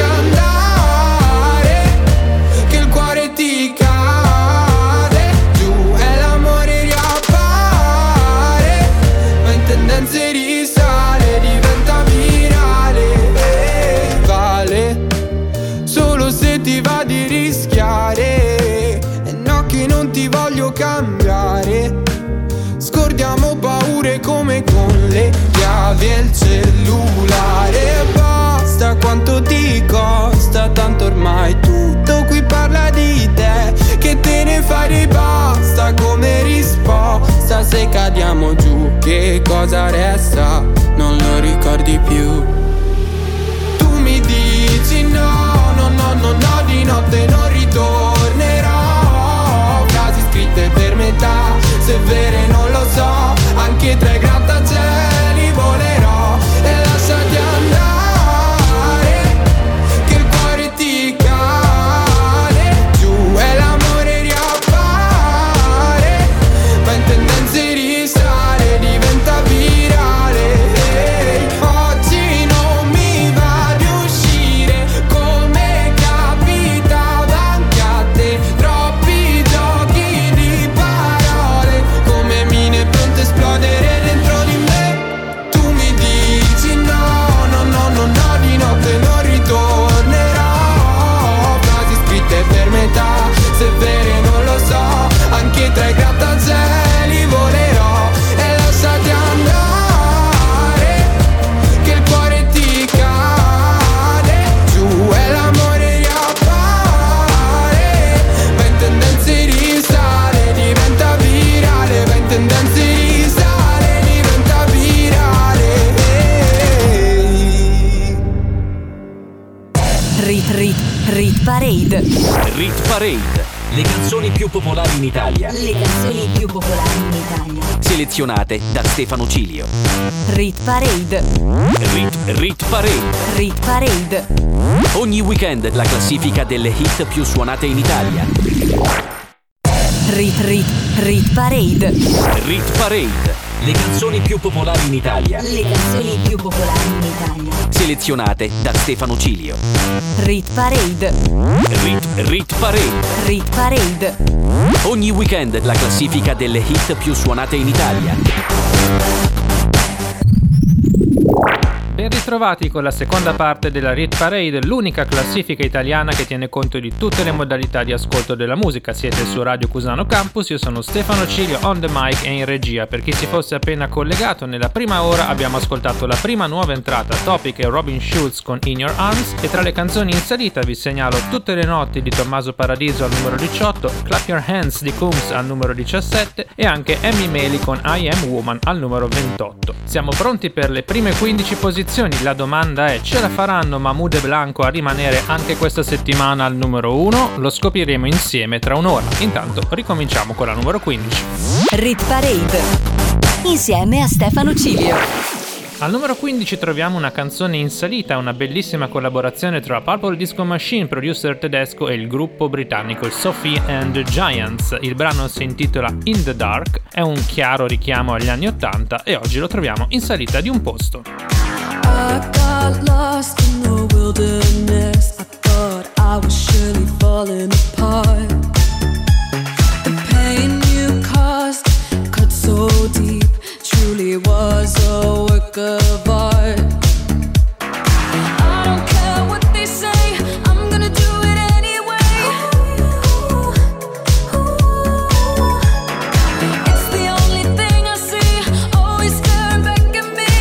andare, che il cuore ti cade giù. E l'amore riappare, ma in tendenze risale, diventa virale. E vale solo se ti va di rischiare. E no che non ti voglio cambiare. Scordiamo paure come con le chiavi e il cellulare. Basta, quanto ti costa, tanto ormai tutto qui parla di te, che te ne fai di basta come risposta. Se cadiamo giù, che cosa resta? Non lo ricordi più. Tu mi dici no, no, no, no, no, di notte non ritornerò. Frasi scritte per metà, se vere non lo so. Anche tra i grattacieli volerò. E lasciati andare, che il cuore ti cade giù. E l'amore riappare, ma in tendenze risale, diventa virale. Ehi, oggi non mi va di uscire come capitava anche a te. Troppi giochi di parole, come mine pronte a esplodere dentro di me. Tu mi dici no, no, no, no, no, di notte non ritornerò. Frasi scritte per metà, se vere non lo so. Anche tra i grattacieli volerò. E lasciati andare, che il cuore ti cade giù. E l'amore riappare, ma in tendenze risale, diventa virale. Va in tendenze risale, diventa virale. Rit, rit, Rit Parade. Rit Parade. Le canzoni più popolari in Italia, Le canzoni più popolari in Italia. selezionate da Stefano Cilio. Rit Parade. Rit, Rit Parade. Rit Parade. Ogni weekend la classifica delle hit più suonate in Italia. Rit, rit, Rit Parade. Rit Parade. Le canzoni più popolari in Italia, Le canzoni più popolari in Italia. selezionate da Stefano Cilio. Rit Parade. Rit, Rit Parade. Rit Parade. Ogni weekend la classifica delle hit più suonate in Italia. Ben ritrovati con la seconda parte della Rit Parade, l'unica classifica italiana che tiene conto di tutte le modalità di ascolto della musica. Siete su Radio Cusano Campus, io sono Stefano Cilio on the mic e in regia. Per chi si fosse appena collegato, nella prima ora abbiamo ascoltato la prima nuova entrata, Topic e Robin Schulz con In Your Arms, e tra le canzoni in salita vi segnalo Tutte le notti di Tommaso Paradiso al numero diciotto, Clap Your Hands di Coombs al numero diciassette e anche Amy Meli con I Am Woman al numero ventotto. Siamo pronti per le prime quindici posizioni. La domanda è: ce la faranno Mahmood e Blanco a rimanere anche questa settimana al numero uno? Lo scopriremo insieme tra un'ora. Intanto ricominciamo con la numero quindici. Rit Parade. Insieme a Stefano Cilio. Al numero quindici troviamo una canzone in salita, una bellissima collaborazione tra Purple Disco Machine, producer tedesco, e il gruppo britannico Sophie and the Giants. Il brano si intitola In the Dark, è un chiaro richiamo agli anni ottanta e oggi lo troviamo in salita di un posto. I got lost in the wilderness. I thought I was surely falling apart. The pain you so deep, truly was a work of art. I don't care what they say, I'm gonna do it anyway. It's the only thing I see, always staring back at me.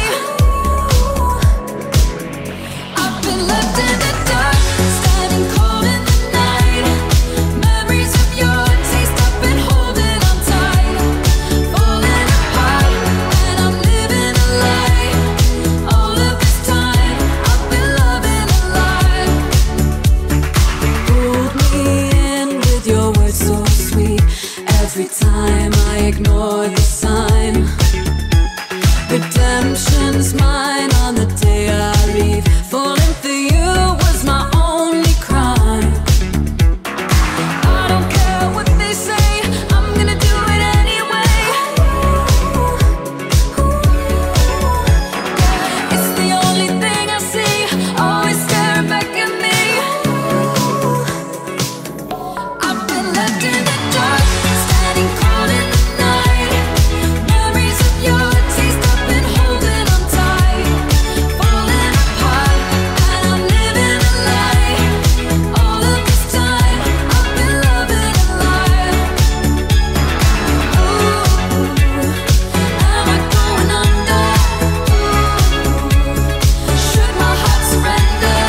I've been left in the dark, standing cold in the night. Memories of your taste I've been holding on tight, falling apart, and I'm living a lie. All of this time I've been loving a lie. Pulled me in with your words so sweet. Every time I ignore the sign, redemption's mine on the day I leave. Falling for you was my only crime. I don't care what they say, I'm gonna do it anyway. It's the only thing I see, always staring back at me. I've been left in the dark, standing cold in the night. Memories of your taste I've been holding on tight, falling apart, and I'm living a lie. All of this time I've been loving a lie. Ooh, am I going under? Should my heart surrender?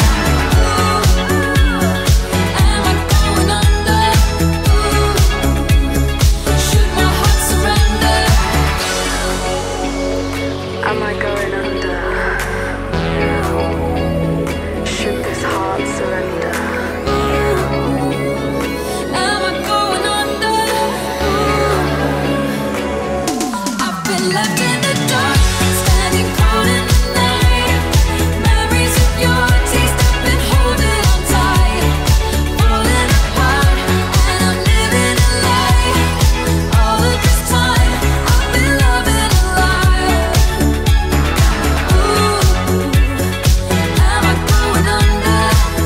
Am I going under? Should my heart surrender? Am I going under? Should this heart surrender? Am I going under? I've been left in the dark, standing cold in the night. Memories of your taste I've been holding on tight, falling apart, and I'm living a lie. All of this time I've been loving a lie. Ooh, am I going under?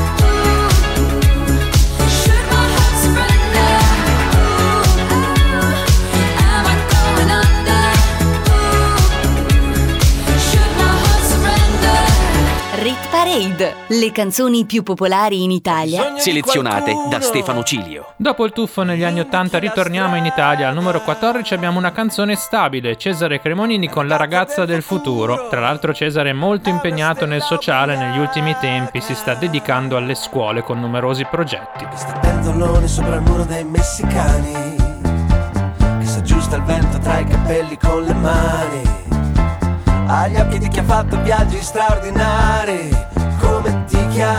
Should my heart surrender? Am I going under? Should my heart surrender? Rit Parade, le canzoni più popolari in Italia. Selezionate da Stefano Cilio. Dopo il tuffo negli anni ottanta ritorniamo in Italia. Al numero quattordici abbiamo una canzone stabile, Cesare Cremonini con La ragazza del futuro. Tra l'altro Cesare è molto impegnato nel sociale negli ultimi tempi, si sta dedicando alle scuole con numerosi progetti. Pentolone sopra il muro dei messicani, che si aggiusta il vento tra i capelli con le mani. Agli occhi di chi ha fatto viaggi straordinari. Come ti chiami?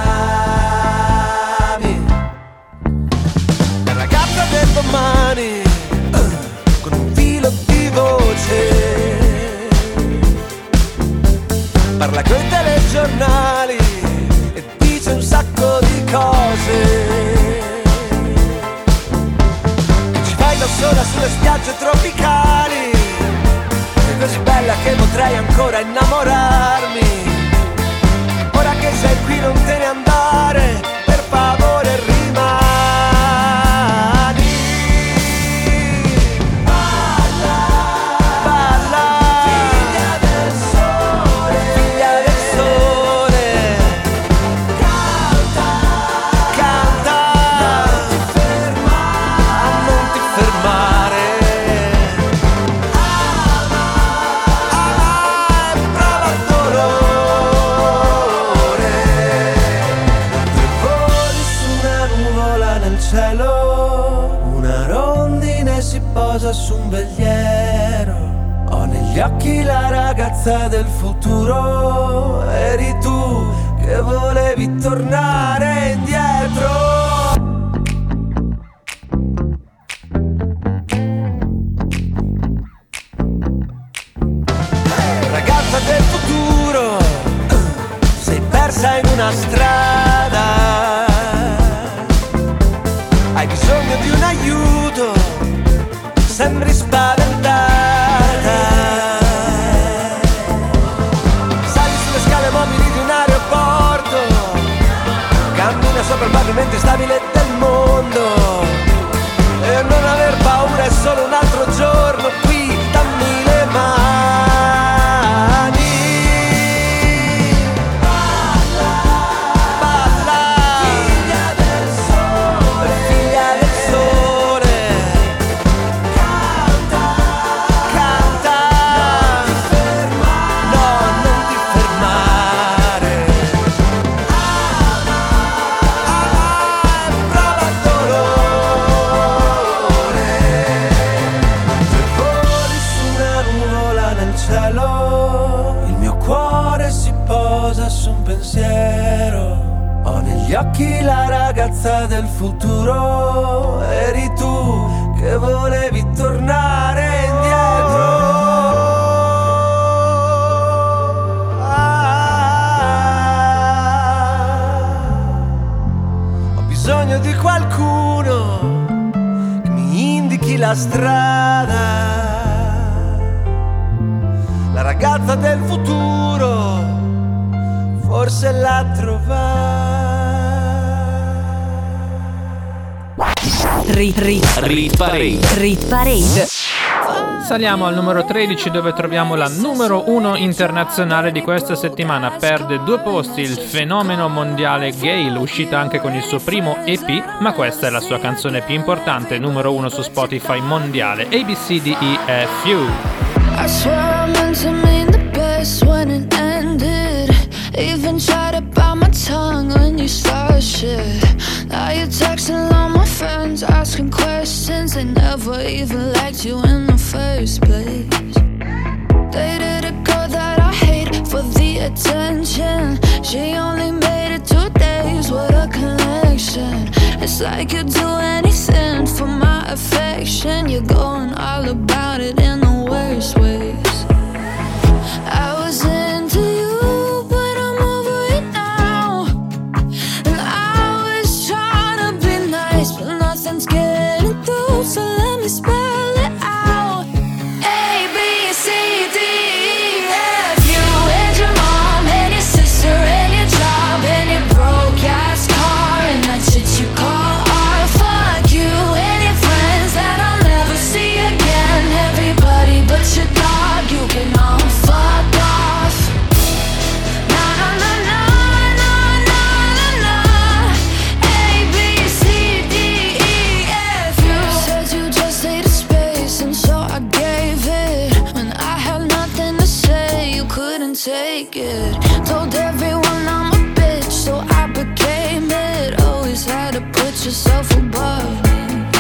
La ragazza del domani, uh, con un filo di voce, parla coi telegiornali e dice un sacco di cose. Ci fai da sola sulle spiagge tropicali, sei così bella che potrei ancora innamorarmi. Ora che sei qui non te ne andare, per favore rimani. Balla, balla, figlia del sole, figlia del sole. Canta, canta, non ti fermare, non ti fermare. Ama, ama e prova dolore. Cielo, una rondine si posa su un veliero. Ho negli occhi la ragazza del futuro. Eri tu che volevi tornare indietro. Ragazza del futuro, sei persa in una strada. Hai bisogno di un aiuto, sembri spaventata. Sali sulle scale mobili di un aeroporto, cammina sopra il pavimento stabile del mondo. E non aver paura, è solo un altro giorno qui, dammi cielo, il mio cuore si posa su un pensiero. Ho negli occhi la ragazza del futuro, eri tu che volevi tornare indietro. Ah, ho bisogno di qualcuno che mi indichi la strada. La ragazza del futuro forse l'ha trovata. Rit, rit, Rit Parade. Rit Parade. Saliamo al numero tredici, dove troviamo la numero uno internazionale di questa settimana. Perde due posti il fenomeno mondiale Gale, uscita anche con il suo primo E P, ma questa è la sua canzone più importante, numero uno su Spotify mondiale, A B C D E F U. I swear I meant to mean the best when it ended. Even tried to bite my tongue when you started shit. Now you're texting all my friends, asking questions. They never even liked you in the first place. Dated a girl that I hate for the attention. She only made it two days, what a connection. It's like you'd do anything for my affection. You're going all about it in the worst ways. I was into you, but I'm over it now. And I was trying to be nice, but nothing's getting through, so let me spell it out. A, B, C, D, E, F, you and your mom and your sister and your job and your broke ass car and that shit you call art. Fuck you and your friends that I'll never see again. Everybody but your dog, you can all fuck off. Na na na na na na na na. A, B, C, D, E, F, U. Said you just needed space and so I gave it. When I had nothing to say, you couldn't take it. Told everyone I'm a bitch, so I became it. Always had to put yourself above me.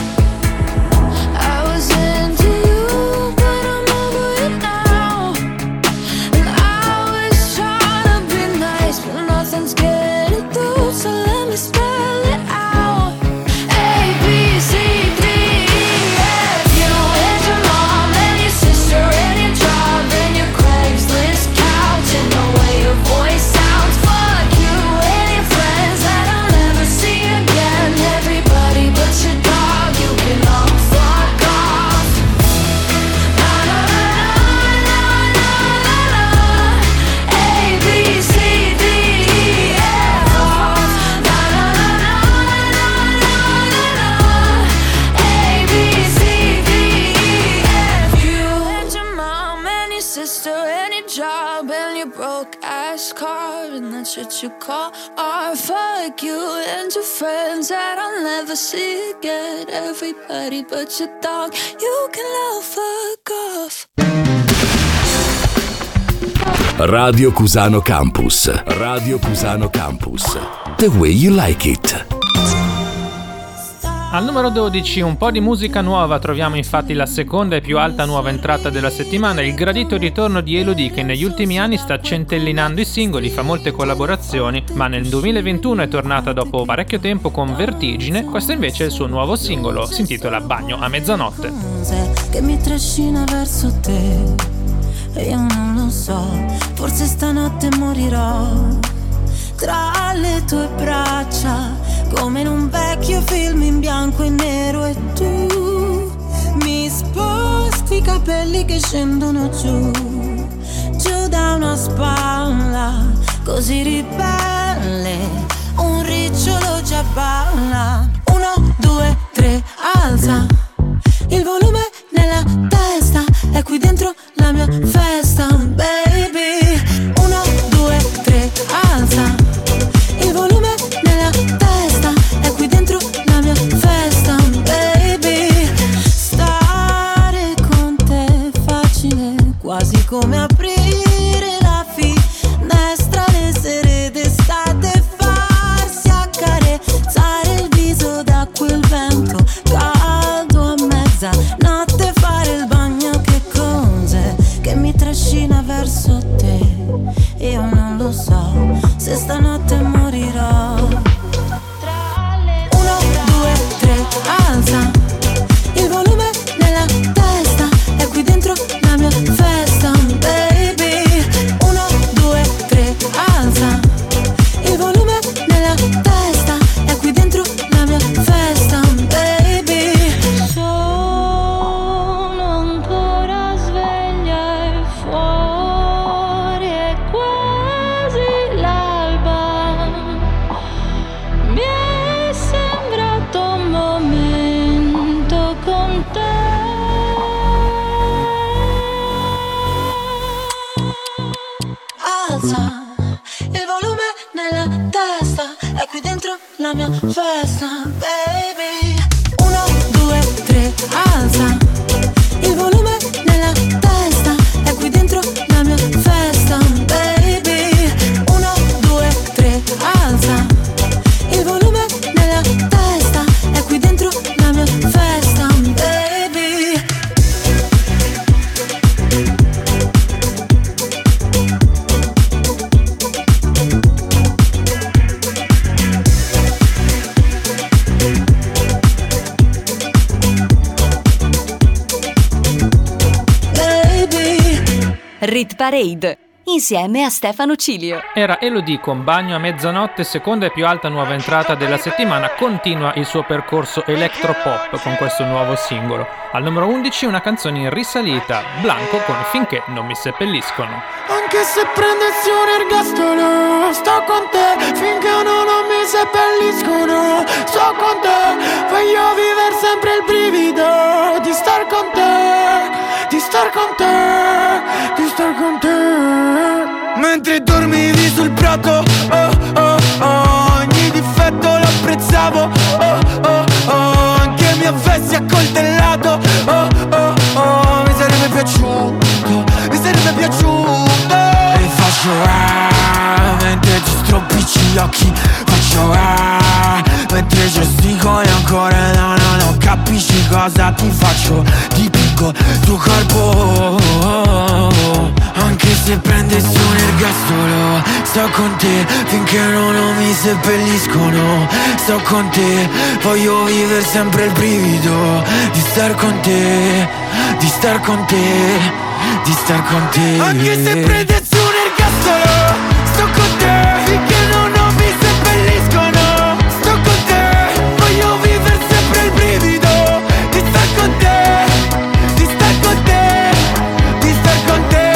I was into you, but I'm over it now. And I was trying to be nice, but nothing's getting through, so let me spell it out. A, B, C, D, E, F, you and your mom and your sister and your job and your Craigslist couch and the way your voice sounds. Fuck you and your friends that I'll never see again. Everybody but your dog, you can all fuck off. Na na na na na na na. A, B, C, D, E, F, off. Na na na na na na na na. A, B, C, D, E, F, you and your mom and your sister and your job and your broke ass car and that shit you call art. Fuck you and your friends that I'll never see again. Everybody but your dog, you can all fuck off. Radio Cusano Campus. Radio Cusano Campus. The way you like it. Al numero dodici un po' di musica nuova, troviamo infatti la seconda e più alta nuova entrata della settimana, il gradito ritorno di Elodie, che negli ultimi anni sta centellinando i singoli, fa molte collaborazioni, ma nel duemilaventuno è tornata dopo parecchio tempo con Vertigine. Questo invece è il suo nuovo singolo, si intitola Bagno a mezzanotte. Che mi trascina verso te e io non lo so, forse stanotte morirò tra le tue braccia, come in un vecchio film in bianco e nero, e tu mi sposti i capelli che scendono giù, giù da una spalla, così ribelle, un ricciolo già balla. Uno, due, tre, alza il volume nella testa, è qui dentro la mia festa, baby. Uno, due, tre, alza il volume nella testa, è qui dentro la mia festa, baby. Stare con te è facile, quasi come aprire la finestra le sere d'estate, farsi accarezzare il viso da quel vento caldo trascina verso te. Io non lo so se stanotte morirò. Uno, due, tre, alza il volume nella testa, è qui dentro la mia festa, baby. Uno, due, tre, alza il volume nella testa, è qui dentro la mia festa, baby. Sono ancora sveglia e fuori è quasi l'alba. Mi è sembrato un momento con te. Alza il volume nella testa, è qui dentro la mia festa, baby. Uno, due, tre, alza il volume nella testa, è qui dentro la mia festa, baby. Uno, due, tre, alza il volume nella testa, è qui dentro la mia festa, baby. Rit Parade insieme a Stefano Cilio. Era Elodie con Bagno a mezzanotte, seconda e più alta nuova entrata della settimana. Continua il suo percorso electropop con questo nuovo singolo. Al numero undici una canzone in risalita, Blanco con Finché non mi seppelliscono. Anche se prendessi un ergastolo, sto con te finché no, non mi seppelliscono. Sto con te, voglio vivere sempre il brivido di star con te, di star con te, di star con te. Mentre dormivi sul prato, oh oh oh, ogni difetto lo apprezzavo, oh oh oh, anche mi avessi accoltellato, oh oh oh, mi sarebbe piaciuto, mi sarebbe piaciuto. E faccio ah, mentre ti stropicci gli occhi, faccio ah, mentre gestico e ancora no, no, no, capisci cosa ti faccio, dipingo tuo corpo, anche se prendessi un ergastolo, sto con te finché no, non mi seppelliscono. Sto con te, voglio vivere sempre il brivido di star con te, di star con te, di star con te. Anche se prendessi un ergastolo, sto con te finché no, non mi seppelliscono. Sto con te, voglio vivere sempre il brivido di star con te, di star con te, di star con te.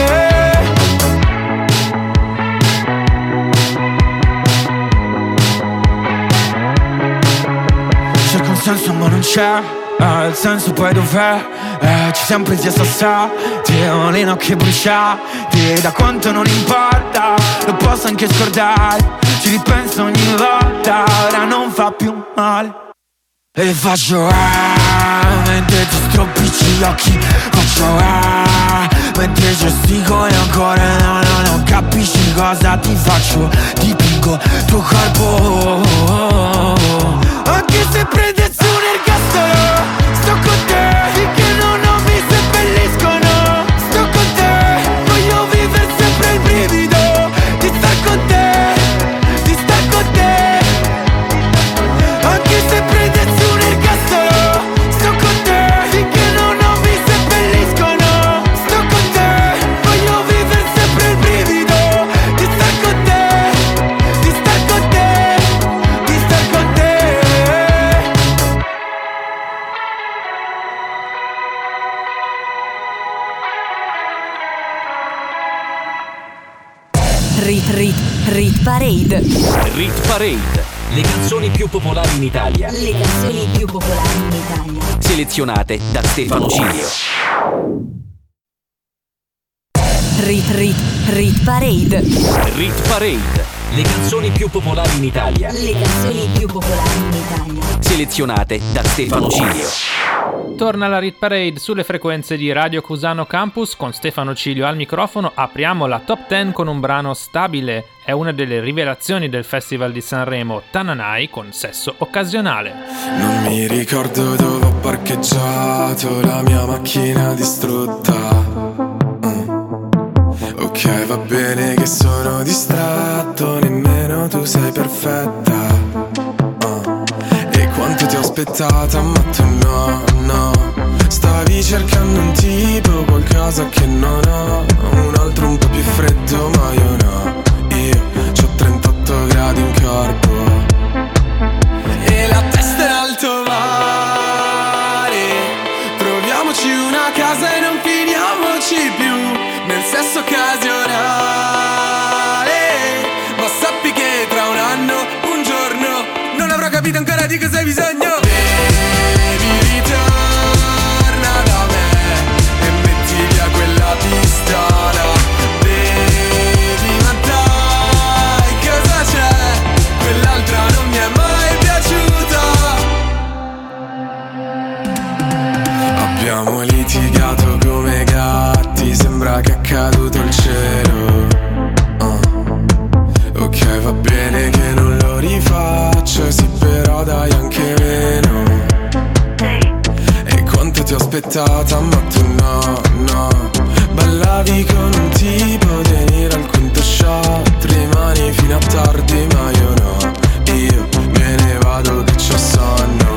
Cerco un senso ma non c'è, eh, il senso poi dov'è? Eh, ci siamo presi a sassati, ho le nocche bruciate, da quanto non importa, lo posso anche scordare, ci ripenso ogni volta, ora non fa più male. E faccio ah, mentre ti stropicci gli occhi, faccio ah, mentre gestico e ancora no, no, no, capisci cosa ti faccio, dipingo tuo corpo, anche se prendessi un ergastolo, sto con te finché no, non mi seppelliscono. Sto con te, voglio vivere sempre il brivido di star con te, di star con te. Anche se prendessi un ergastolo, sto con te finché no, non mi seppelliscono. Sto con te, voglio vivere sempre il brivido di star con te, di star con te, di star con te. Rit Rit Rit Parade. Rit Parade. Le canzoni più popolari in Italia. Le canzoni più popolari in Italia. Selezionate da Stefano Cilio. Rit Rit Rit Parade. Rit Parade. Le canzoni più popolari in Italia. Le canzoni più popolari in Italia. Selezionate da Stefano Cilio. Torna la Rit Parade sulle frequenze di Radio Cusano Campus con Stefano Cilio al microfono. Apriamo la top dieci con un brano stabile. È una delle rivelazioni del Festival di Sanremo, Tananai con Sesso Occasionale. Non mi ricordo dove ho parcheggiato la mia macchina distrutta. Mm. Ok, va bene che sono distratto, nemmeno tu sei perfetta. uh. E quanto ti ho aspettata, ma tu no, no. Stavi cercando un tipo, qualcosa che non ho. Un altro un po' più freddo, ma io no. Io c'ho trentotto gradi in corpo e la testa in alto mare. Troviamoci una casa e non finiamoci più nel sesso occasionale. Ma sappi che tra un anno, un giorno, non avrò capito ancora di cosa hai bisogno. Baby, ritorna da me e metti via quella pistola. Baby, ma dai, cosa c'è? Quell'altra non mi è mai piaciuta. Abbiamo litigato come gatti, sembra che è caduto il cielo. uh. Ok, va bene che non lo rifaccio, sì, però dai anche meno. E quanto ti ho aspettata, ma tu no, no. Ballavi con un tipo, venire al quinto shot, rimani fino a tardi, ma io no. Io me ne vado che c'ho sonno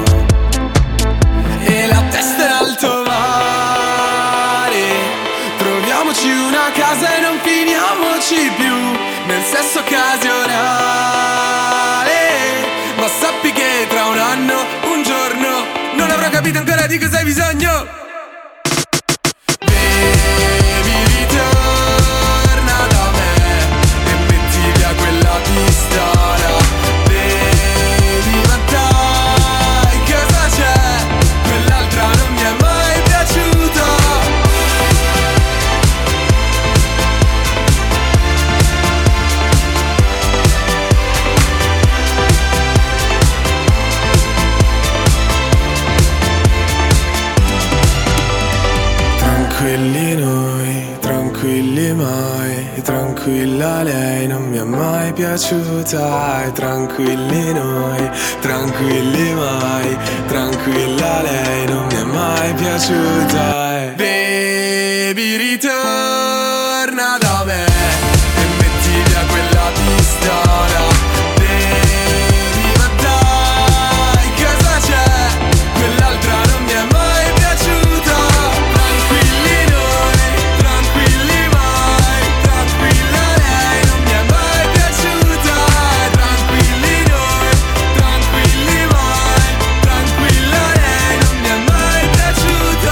e la testa in alto mare. Troviamoci una casa e non finiamoci più nel sesso occasionale. Ma sappi che tra un anno, un giorno, non avrò capito ancora di cosa hai bisogno. Baby, ritorna da me e metti via quella pistola. Baby, ma dai, cosa c'è? Quell'altra non mi è mai piaciuta. Tranquilli noi, tranquilli mai, tranquilla lei non mi è mai piaciuta. E tranquilli noi, tranquilli mai, tranquilla lei non mi è mai piaciuta. E baby, ritorna da me e metti via quella pistola. Baby, ma dai, cosa c'è? Quell'altra non mi è mai piaciuta. Tranquilli noi, tranquilli mai, tranquilla lei non mi è mai piaciuta. Tranquilli noi, tranquilli mai, tranquilla lei non mi è mai piaciuta.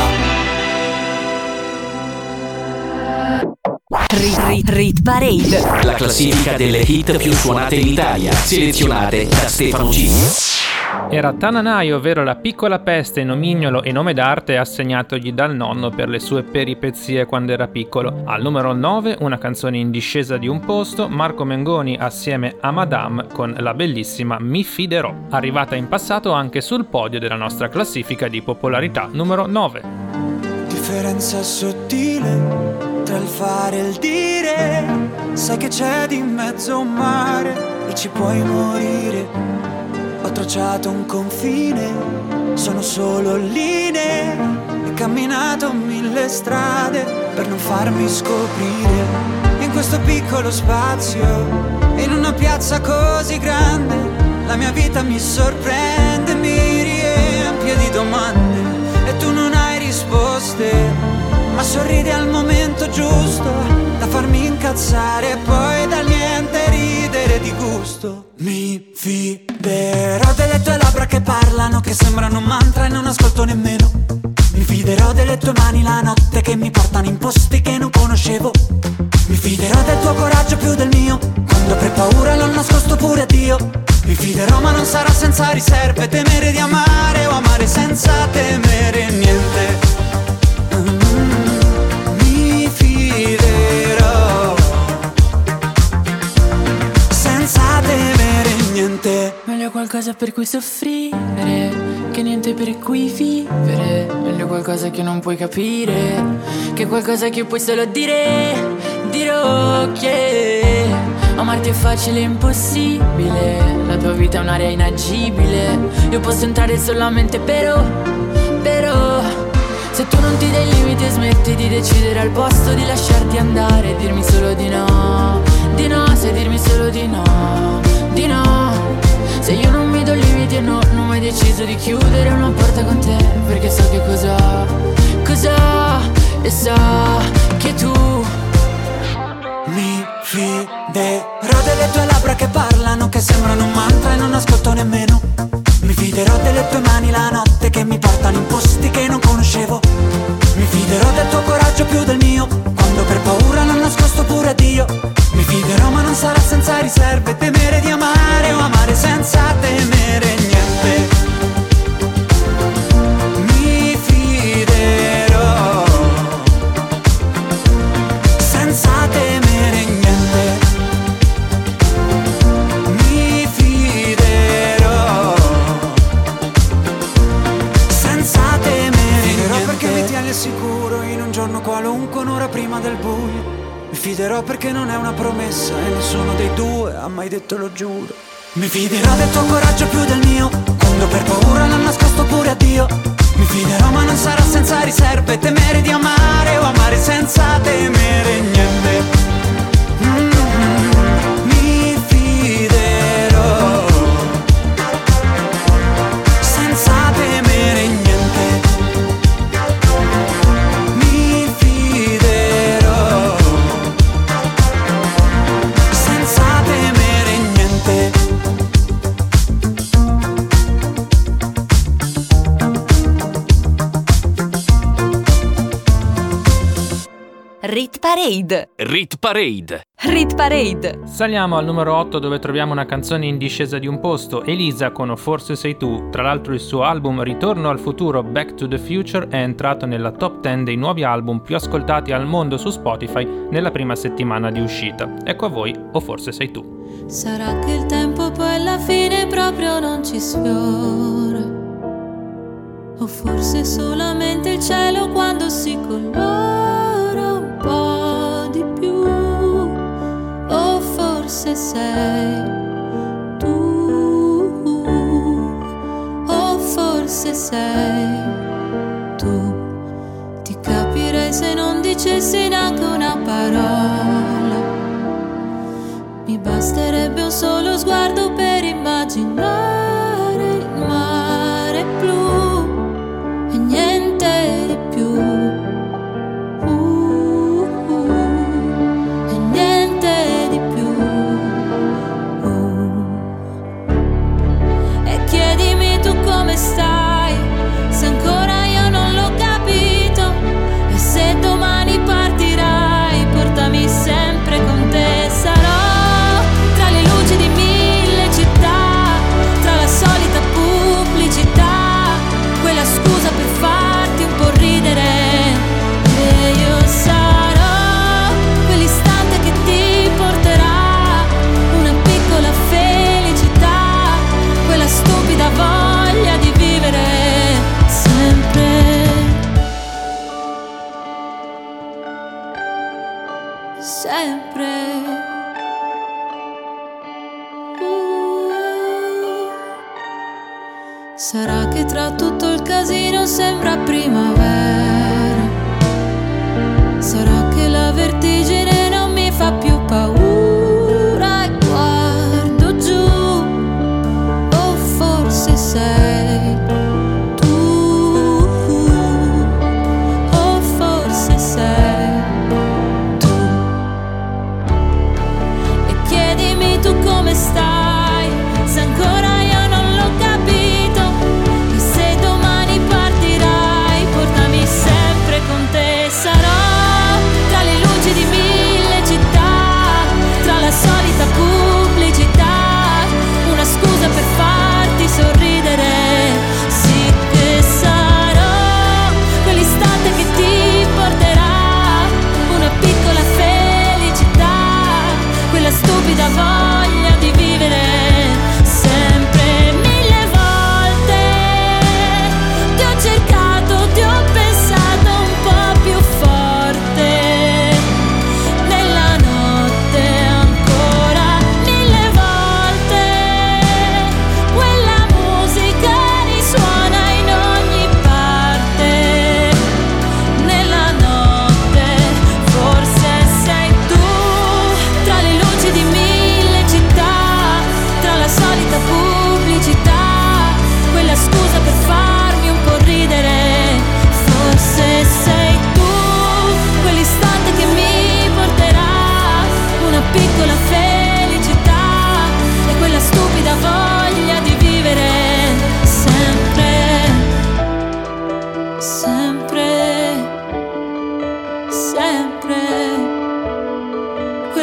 Rit, rit, rit Parade. La classifica delle hit più suonate in Italia, selezionate da Stefano G. Era Tananai, ovvero La piccola peste, nomignolo e nome d'arte assegnatogli dal nonno per le sue peripezie quando era piccolo. Al numero nove, una canzone in discesa di un posto, Marco Mengoni assieme a Madame con la bellissima Mi fiderò, arrivata in passato anche sul podio della nostra classifica di popolarità numero nove. Differenza sottile tra il fare e il dire, sai che c'è di mezzo un mare e ci puoi morire. Ho tracciato un confine, sono solo linee, e camminato mille strade per non farmi scoprire. In questo piccolo spazio, in una piazza così grande, la mia vita mi sorprende, mi riempie di domande e tu non hai risposte, ma sorridi al momento giusto da farmi incazzare e poi dal niente ridere di gusto. Mi fiderò delle tue labbra che parlano, che sembrano un mantra e non ascolto nemmeno. Mi fiderò delle tue mani la notte che mi portano in posti che non conoscevo. Mi fiderò del tuo coraggio più del mio, quando avrei paura l'ho nascosto pure a Dio. Mi fiderò ma non sarà senza riserve, temere di amare o amare senza temere niente. Mi fiderò senza temere niente. Meglio qualcosa per cui soffrire che niente per cui vivere. Meglio qualcosa che non puoi capire che qualcosa che puoi solo dire. Dirò che amarti è facile e impossibile, la tua vita è un'area inagibile. Io posso entrare solamente però, però Se tu non ti dai limiti e smetti di decidere al posto di lasciarti andare, dirmi solo di no, di no, sai dirmi solo di no, di no. Se io non mi do limiti e no, non ho mai deciso di chiudere una porta con te, perché so che cosa, cosa, e so che tu mi fiderò delle tue labbra che parlano, che sembrano un mantra e non ascolto nemmeno. Mi fiderò delle tue mani la notte che mi portano in posti che non conoscevo. Mi fiderò del tuo coraggio più del mio, quando per paura l'ho nascosto pure a Dio. Mi fiderò ma non sarà senza riserve, temere di amare o amare senza temere niente. Mi fiderò senza temere niente. Mi fiderò senza temere fiderò niente. Perché mi tieni al sicuro in un giorno qualunque, un'ora prima del buio. Mi fiderò perché non è una promessa e nessuno dei due ha mai detto lo giuro. Mi fiderò del tuo coraggio più del mio, quando per paura l'ho nascosto pure a Dio. Mi fiderò ma non sarà senza riserve, temere di amare o amare senza temere niente. Mm-hmm. Mi fiderò senza temere niente. Mi fiderò senza temere niente. Rit Parade. Rit Parade. Rit Parade. Saliamo al numero otto, dove troviamo una canzone in discesa di un posto, Elisa con Forse sei tu. Tra l'altro il suo album Ritorno al futuro, Back to the Future, è entrato nella top dieci dei nuovi album più ascoltati al mondo su Spotify nella prima settimana di uscita. Ecco a voi O forse sei tu. Sarà che il tempo poi alla fine proprio non ci sfiora, o forse solamente il cielo quando si colora un po' di più, o forse sei tu, o forse sei tu. Ti capirei se non dicessi neanche una parola, mi basterebbe un solo sguardo per immaginare il mare blu e niente di più. Uh, uh, e niente di più. Uh. E chiedimi tu come stai, se ancora io non l'ho capito, e se domani partirai, portami sempre con te. Sarò tra le luci di mille città, tra la solita pubblicità, quella scusa per farti un po' ridere. E io sarò quell'istante che ti porterà una piccola felicità, quella stupida voglia di vivere sempre. Sempre. Uh. Sarà che tra tutto il casino sembra primavera, sarà che la vertigine non mi fa più paura e guardo giù, o forse sei tu, o forse sei tu. E chiedimi tu come stai, se ancora io non l'ho capito, e se domani partirai, portami sempre.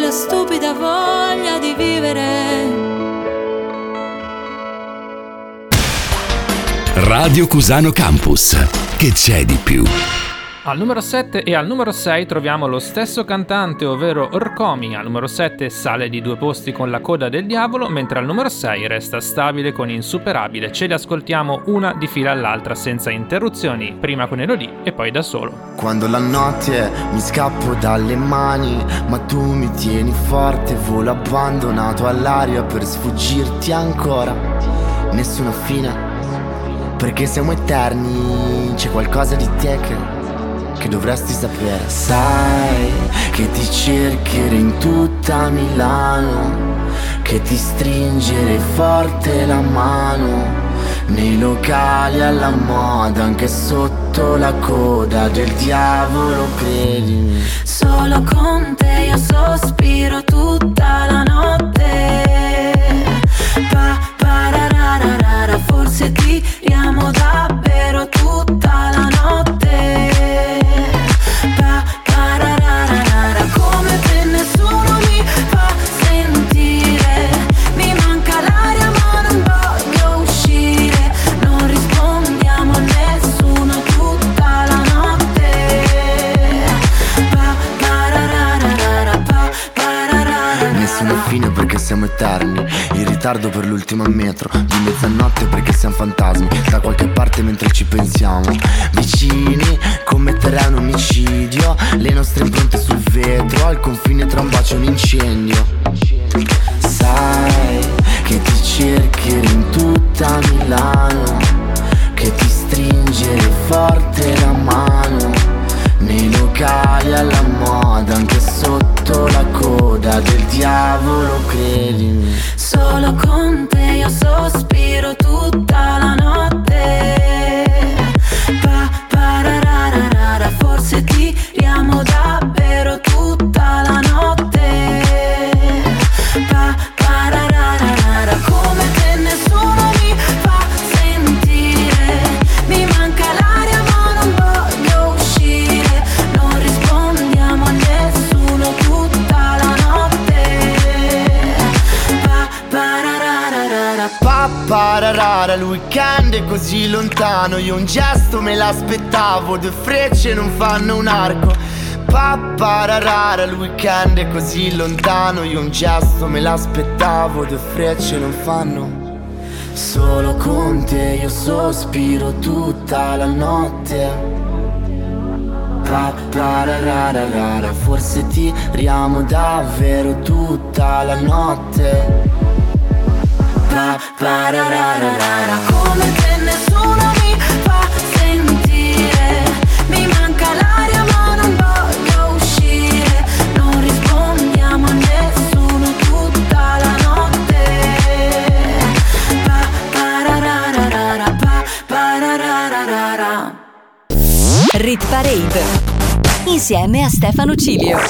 questa stupida voglia di vivere. Radio Cusano Campus. Che c'è di più? Al numero sette e al numero sei troviamo lo stesso cantante, ovvero Orcomi. Al numero sette sale di due posti con La coda del diavolo, mentre al numero sei resta stabile con Insuperabile. Ce li ascoltiamo una di fila all'altra senza interruzioni, prima con Elodie e poi da solo. Quando la notte mi scappo dalle mani, ma tu mi tieni forte, volo abbandonato all'aria per sfuggirti ancora. Nessuna fine, perché siamo eterni, c'è qualcosa di te che... che dovresti sapere. Sai che ti cercherei in tutta Milano, che ti stringerei forte la mano, nei locali alla moda, anche sotto la coda del diavolo, credimi. Solo con te io sospiro tutta la notte. Pa, parararara, forse tiriamo davvero tutta la notte. Come te nessuno mi fa sentire, mi manca l'aria ma non voglio uscire, non rispondiamo a nessuno tutta la notte. Pa, parararara, pa, parararara. Nessuna fine perché siamo eterni, in ritardo per l'ultima metro, di mezzanotte perché siamo fantasmi, da qualche parte mentre ci pensiamo, vicini, commetterei un omicidio, le nostre impronte sul vetro, al confine tra un bacio e un incendio. Sai che ti cercherei in tutta Milano, che ti stringere forte la mano, nei locali alla moda, anche sotto la coda del diavolo, credimi. Solo con te io sospiro tutta la notte. Pa, parararara, forse tiriamo davvero tutta la notte. Pa, parararara, come te nessuno mi fa sentire, mi manca l'aria ma non voglio uscire, non rispondiamo a nessuno tutta la notte. Pa, parararara, Pa, pararara, il weekend è così lontano, io un gesto me l'aspettavo, due frecce non fanno un arco. Pa, pararara, il weekend è così lontano, io un gesto me l'aspettavo, due frecce non fanno. Solo con te io sospiro tutta la notte. Pa, pararara, forse tiriamo davvero tutta la notte. Pa, parararara, come te nessuno mi fa sentire, mi manca l'aria ma non voglio uscire, non rispondiamo a nessuno tutta la notte. Pa, parararara, pa, parararara. Rit Parade insieme a Stefano Cilio.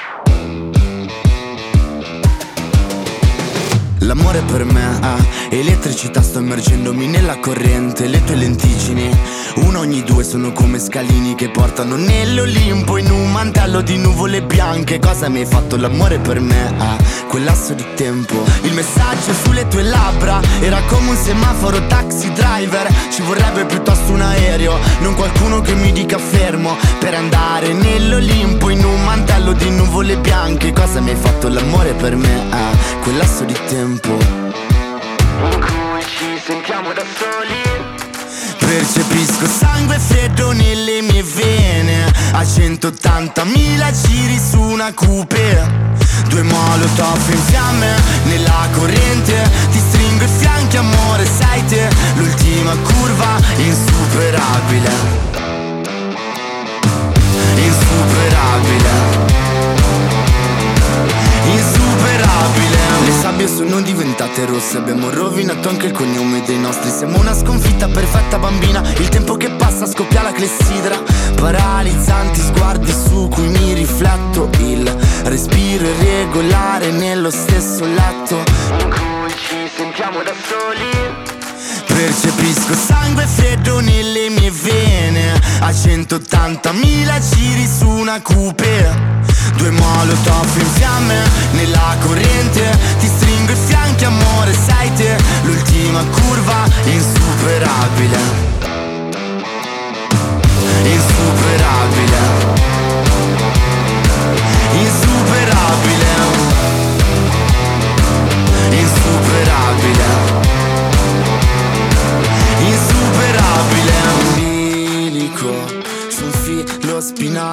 L'amore per me è elettricità, sto immergendomi nella corrente. Le tue lentiggini, uno ogni due, sono come scalini che portano nell'Olimpo in un mantello di nuvole bianche. Cosa mi hai fatto l'amore per me? Ah, quel lasso di tempo, il messaggio sulle tue labbra era come un semaforo taxi driver. Ci vorrebbe piuttosto un aereo, non qualcuno che mi dica fermo, per andare nell'Olimpo in un mantello di nuvole bianche. Cosa mi hai fatto l'amore per me? Ah, quel lasso di tempo in cui ci sentiamo da soli. Percepisco sangue freddo nelle mie vene, a centottantamila giri su una coupe. Due molotov in fiamme nella corrente, ti stringo i fianchi amore, sei te l'ultima curva insuperabile. Insuperabile. Insuperabile. Le sabbie sono diventate rosse, abbiamo rovinato anche il cognome dei nostri. Siamo una sconfitta perfetta bambina, il tempo che passa scoppia la clessidra. Paralizzanti sguardi su cui mi rifletto, il respiro irregolare nello stesso letto in cui ci sentiamo da soli. Percepisco sangue freddo nelle mie vene, a centottantamila giri su una coupe. Due molotov in fiamme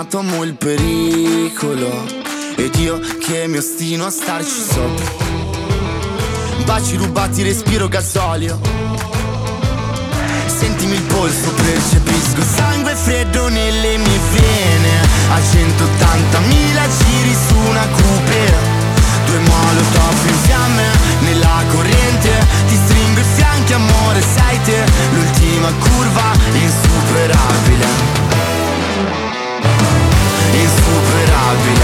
tomo il pericolo ed io che mi ostino a starci sopra. Baci rubati, respiro gasolio. Sentimi il polso, percepisco sangue freddo nelle mie vene. A centottantamila giri su una coupe. Due molotov in fiamme nella corrente. Ti stringo i fianchi, amore, sei te. L'ultima curva insuperabile. Insuperabile.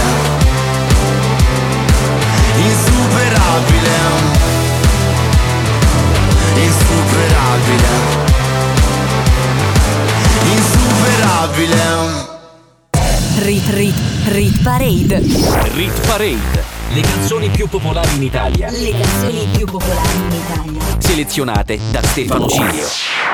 Insuperabile. Insuperabile. Insuperabile. Rit Rit Rit Parade. Rit Parade. Le canzoni più popolari in Italia. Le canzoni più popolari in Italia. Selezionate da Stefano Cilio.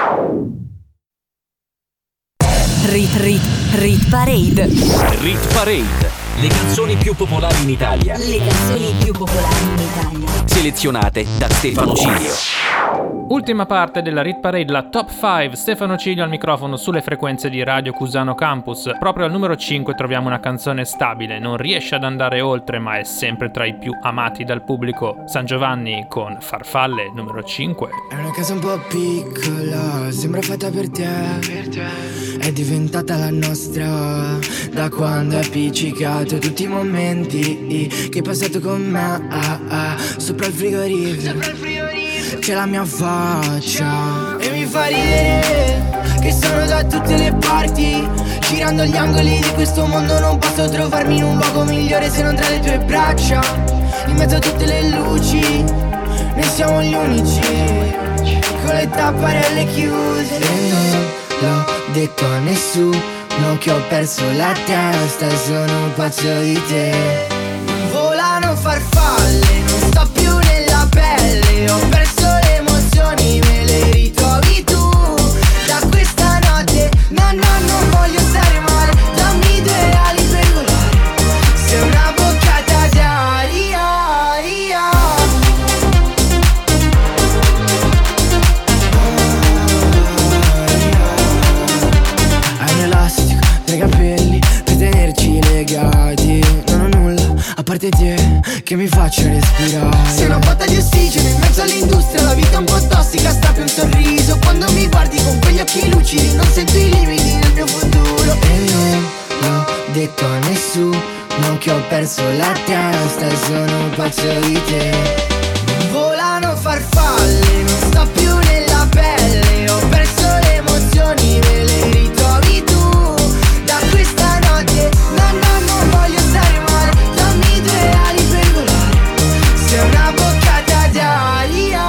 Rit Rit Rit Parade. Rit Parade. Le canzoni più popolari in Italia. Le canzoni più popolari in Italia. Selezionate da Stefano Cilio. Ultima parte della Rit Parade, la Top cinque. Stefano Cilio al microfono sulle frequenze di Radio Cusano Campus. Proprio al numero cinque troviamo una canzone stabile, non riesce ad andare oltre ma è sempre tra i più amati dal pubblico. San Giovanni con Farfalle, numero cinque. È una casa un po' piccola, sembra fatta per te, per te. È diventata la nostra da quando hai appiccicato tutti i momenti che hai passato con me, ah, ah, sopra il frigorifero. C'è la mia faccia e mi fa ridere che sono da tutte le parti. Girando gli angoli di questo mondo non posso trovarmi in un luogo migliore se non tra le tue braccia. In mezzo a tutte le luci noi siamo gli unici, con le tapparelle chiuse. E non l'ho detto a nessuno che ho perso la testa, sono pazzo di te. Volano farfalle, non sto più nella pelle. Ho perso le emozioni, me le ritrovi tu. Da questa notte, no no non voglio stare male. Dammi due ali per volare, sei una boccata d'aria. Hai un elastico tra i capelli per tenerci legati. Non ho nulla a parte te che mi faccia respirare. Sei una botta di ossigeno in mezzo all'industria. La vita è un po' tossica, sta più un sorriso. Quando mi guardi con quegli occhi lucidi non sento i limiti nel mio futuro. E non l'ho detto a nessuno che ho perso la testa, sono pazzo di te. Volano farfalle, non sto più nella pelle. Ho perso le emozioni, me le ritrovi tu. Da questa notte, no no non voglio stare male. Dammi due ali per volare, sei una boccata d'aria.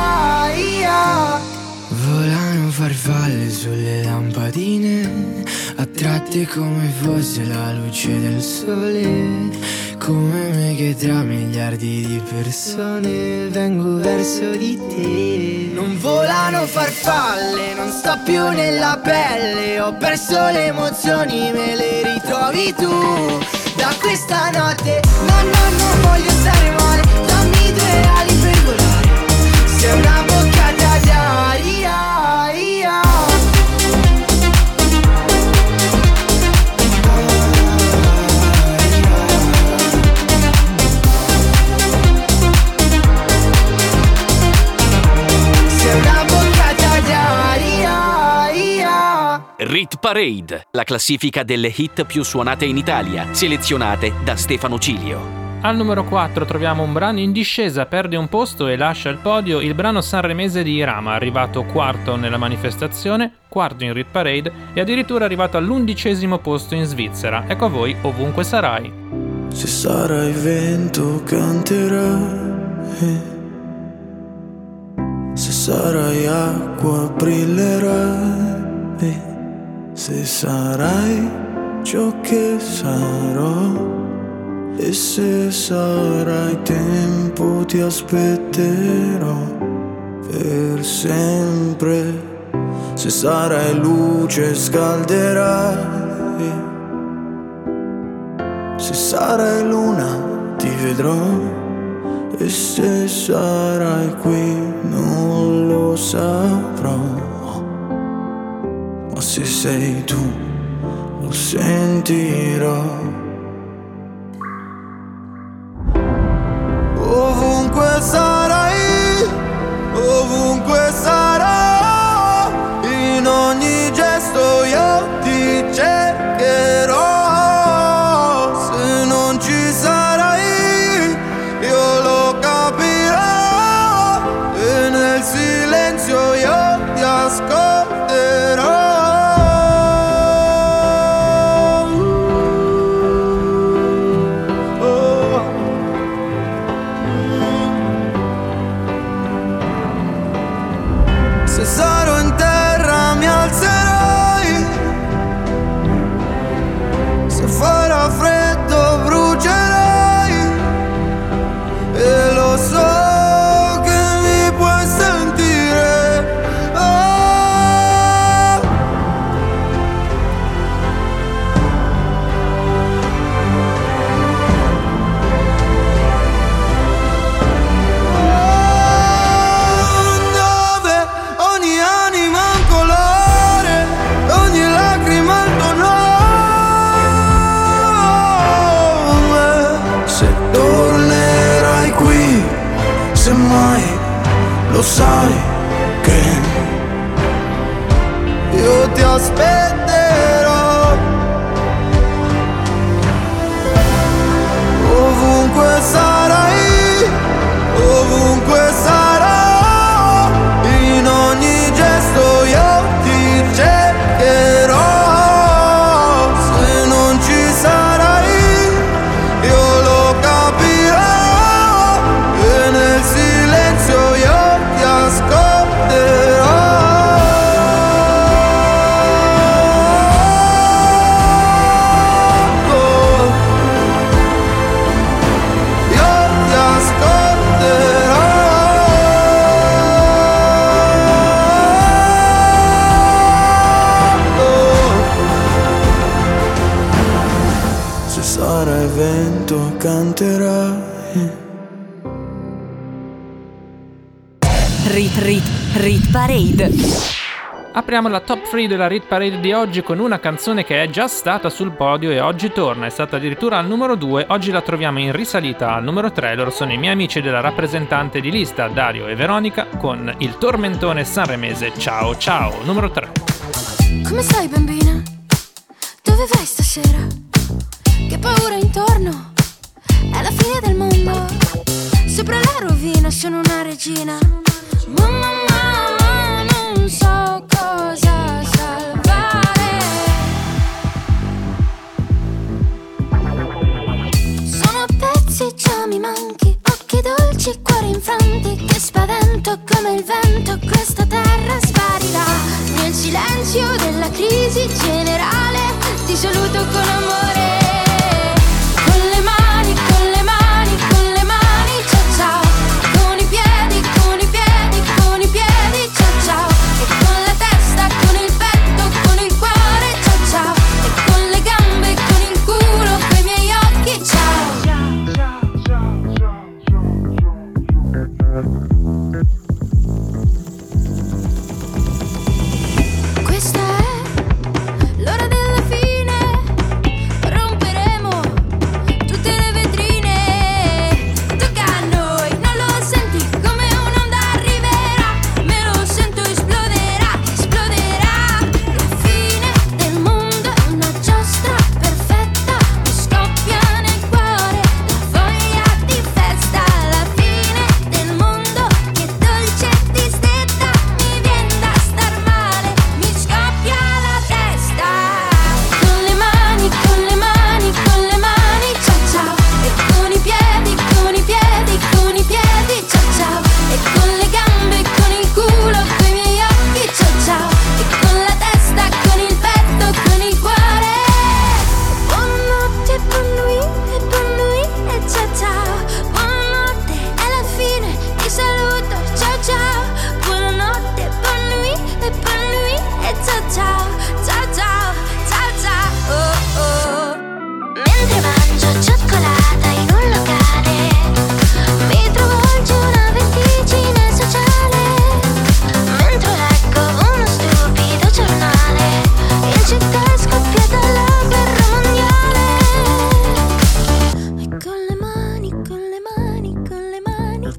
Volano farfalle sulle lampadine, attratte come fosse la luce del sole. Come me che tra miliardi di persone vengo verso di te. Non volano farfalle, non sto più nella pelle. Ho perso le emozioni, me le ritrovi tu. Da questa notte, no no non voglio stare male. Dammi due ali per volare, sei una boccata d'aria. Rit Parade, la classifica delle hit più suonate in Italia, selezionate da Stefano Cilio. Al numero quattro troviamo un brano in discesa, perde un posto e lascia il podio il brano sanremese di Irama, arrivato quarto nella manifestazione, quarto in Rit Parade e addirittura arrivato all'undicesimo posto in Svizzera. Ecco a voi Ovunque Sarai. Se sarai vento canterai, se sarai acqua brillerai, se sarai ciò che sarò. E se sarai tempo ti aspetterò per sempre. Se sarai luce scalderai, se sarai luna ti vedrò. E se sarai qui non lo saprò. Ma se sei tu lo lo sentirò. Ovunque sarai, ovunque sarò, in ogni gesto io ti cercherò. Se non ci sarai, io lo capirò, e nel silenzio io ti ascolterò. Se sarò in terra mi alzerai, se farà freddo brucerai, e lo so che mi puoi sentire. Oh. Dove ogni anima ha un colore, ogni lacrima ha il tuo nome. Se tornerai qui, semmai lo sai che io ti aspetterò. Ovunque sarai, ovunque sarò, in ogni gesto io ti cercherò. Se non ci sarai, io lo capirò, e nel silenzio io ti ascolterò. Io ti ascolterò. Se sarai vento canterai. Rit Rit Rit Parade. Apriamo la top tre della Rit Parade di oggi con una canzone che è già stata sul podio e oggi torna, è stata addirittura al numero due, oggi la troviamo in risalita al numero tre, loro sono i miei amici della rappresentante di lista Dario e Veronica con il tormentone sanremese Ciao Ciao, numero tre. Come stai bambina? Dove vai stasera? Che paura intorno? È la fine del mondo. Sopra la rovina sono una regina. Mamma mia, non so cosa salvare. Sono pezzi, già mi manchi. Occhi dolci, cuori infranti. Che spavento come il vento. Questa terra sparirà. Nel silenzio della crisi generale ti saluto con amore. Con le mani, con le mani, con le mani, ciao ciao. Con i piedi, con i piedi, con i piedi, ciao ciao. E con la testa, con il petto, con il cuore, ciao ciao. E con le gambe, con il culo, coi miei occhi, ciao. Questa è l'ora della fine.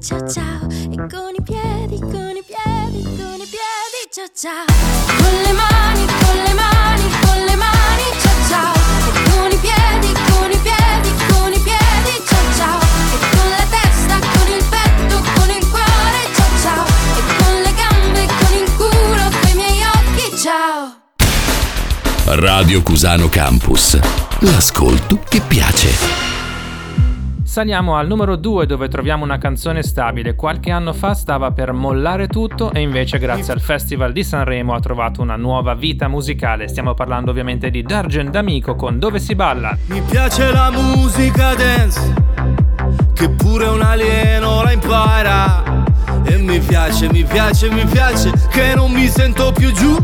ciao ciao. E con i piedi, con i piedi, con i piedi, ciao ciao. Con le mani, con le mani, con le mani, ciao ciao. E con i piedi, con i piedi, con i piedi, ciao ciao. E con la testa, con il petto, con il cuore, ciao ciao. E con le gambe, con il culo, con i miei occhi, ciao. Radio Cusano Campus. L'ascolto che piace. Saliamo al numero due, dove troviamo una canzone stabile. Qualche anno fa stava per mollare tutto e invece grazie al Festival di Sanremo ha trovato una nuova vita musicale. Stiamo parlando ovviamente di Dargen D'Amico con Dove si balla. Mi piace la musica dance, che pure un alieno la impara. E mi piace, mi piace, mi piace, che non mi sento più giù.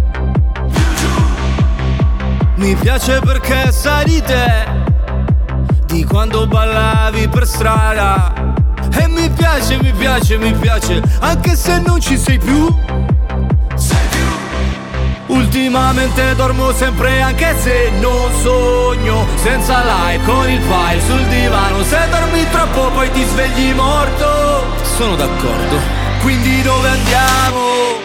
Mi piace perché sai di te, di quando ballavi per strada. E mi piace, mi piace, mi piace, anche se non ci sei più. Sei più. Ultimamente dormo sempre anche se non sogno, senza live con il file sul divano. Se dormi troppo poi ti svegli morto. Sono d'accordo, quindi dove andiamo?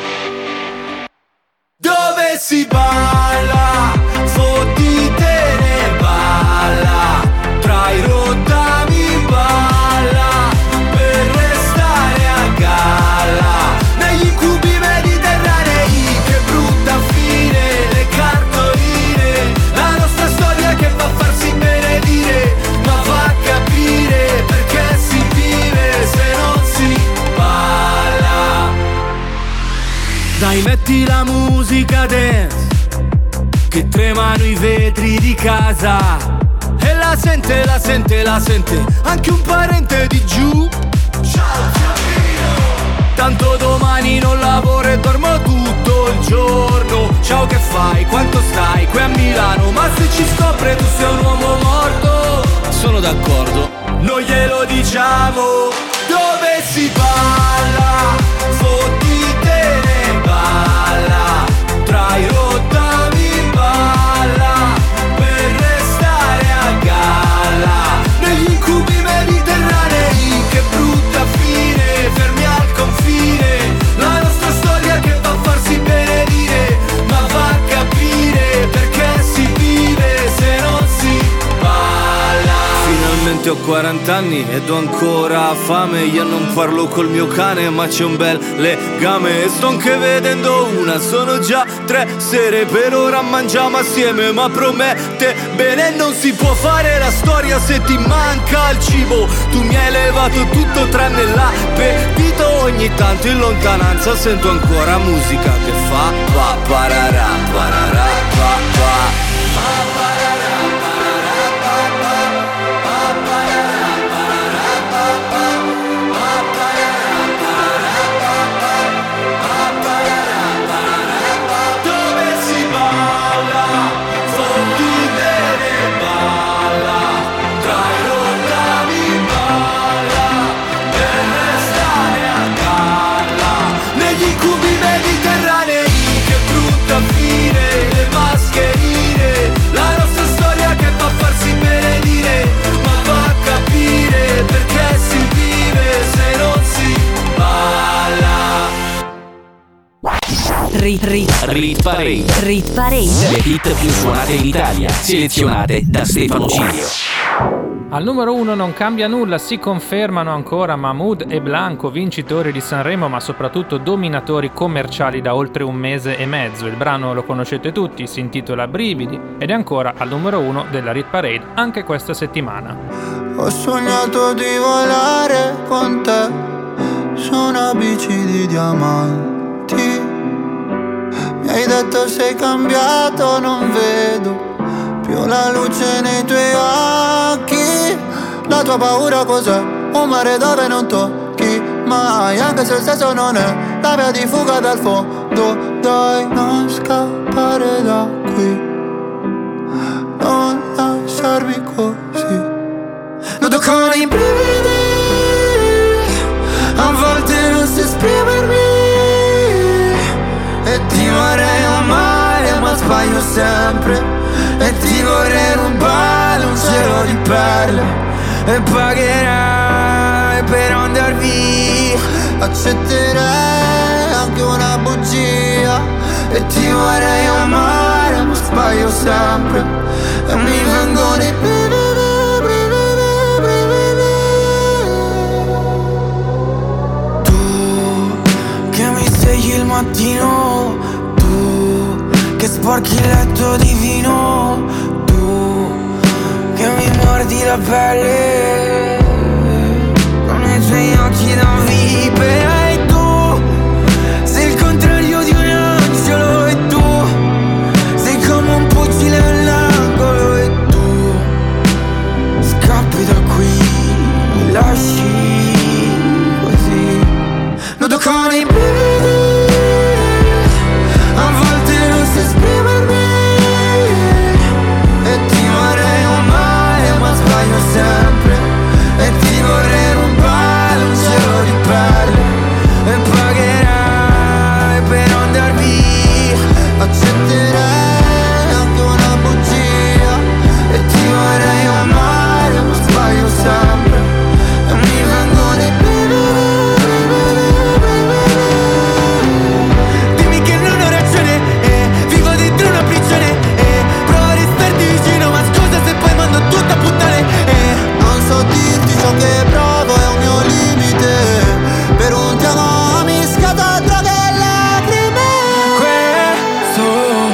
Dove si balla, fottitene balla, tra i rottami balla, per restare a galla, negli incubi mediterranei, che brutta fine, le cartoline, la nostra storia che fa farsi benedire, ma fa capire perché si vive se non si balla. Dai, metti la musica dance, che tremano i vetri di casa, e la sente, la sente, la sente anche un parente di giù. Ciao Giovino. Tanto domani non lavoro e dormo tutto il giorno. Ciao, che fai? Quanto stai? Qui a Milano. Ma se ci scopre tu sei un uomo morto. Sono d'accordo, non glielo diciamo. Dove si balla, fottitene balla, tra i rottami balla, per restare a galla, negli incubi mediterranei, che brutta fine, fermi al confine, la nostra storia che fa farsi benedire, ma fa capire perché si vive se non si balla. Finalmente ho quaranta anni ed ho ancora fame, io non parlo col mio cane ma c'è un bel legame, e sto anche vedendo una, sono già tre sere, per ora mangiamo assieme, ma promette bene. Non si può fare la storia se ti manca il cibo, tu mi hai levato tutto tranne l'appetito, ogni tanto in lontananza sento ancora musica che fa pa pararà, pararà, pa pa. Rit, rit, Rit Parade. Rit Parade. Le hit più suonate in Italia, selezionate da Stefano Cilio. Al numero uno non cambia nulla, si confermano ancora Mahmood e Blanco, vincitori di Sanremo ma soprattutto dominatori commerciali da oltre un mese e mezzo. Il brano lo conoscete tutti, si intitola Brividi ed è ancora al numero uno della Rit Parade anche questa settimana. Ho sognato di volare con te su una bici di diamanti. Mi hai detto sei cambiato, non vedo più la luce nei tuoi occhi. La tua paura cos'è? Un mare dove non tocchi mai, anche se il senso non è la via di fuga dal fondo. Dai, non scappare da qui, non lasciarmi così. Nudo con i brividi, a volte non so esprimermi, e ti vorrei amare ma sbaglio sempre, e ti vorrei rubare un cielo di perle, e pagherai per andar via. accetterei anche una bugia. E ti vorrei amare ma sbaglio sempre e mi vengono i il mattino, tu che sporchi il letto di vino, tu che mi mordi la pelle con i tuoi occhi da vipera. E tu sei il contrario di un angelo, e tu sei come un pugile all'angolo, e tu scappi da qui, mi lasci così, nudo con i brividi. A volte non so esprimermi e ti vorrei amare ma sbaglio sempre. E ti vorrei rubare un cielo di perle e pagherai per andar via. Accetterei anche una bugia e ti vorrei amare ma sbaglio sempre e mi vengono i dirti ciò che provo è un mio limite. Per un ti amo mi scata droga e lacrime. Questo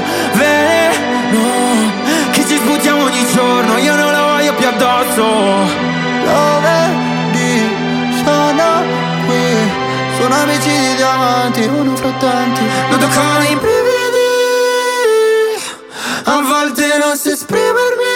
veleno che ci sputiamo ogni giorno io non lo voglio più addosso. Lo vedi, sono qui, sono amici di diamanti, uno fra tanti. Nudo con i brividi, a volte non so esprimermi.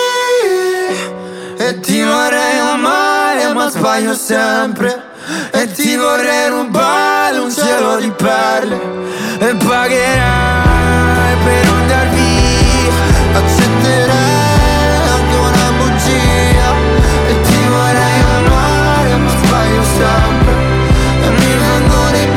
E ti vorrei amare ma sbaglio sempre. E ti vorrei rubare un cielo di perle e pagherai per andar via. Accetterei anche una bugia e ti vorrei amare ma sbaglio sempre e mi vengono i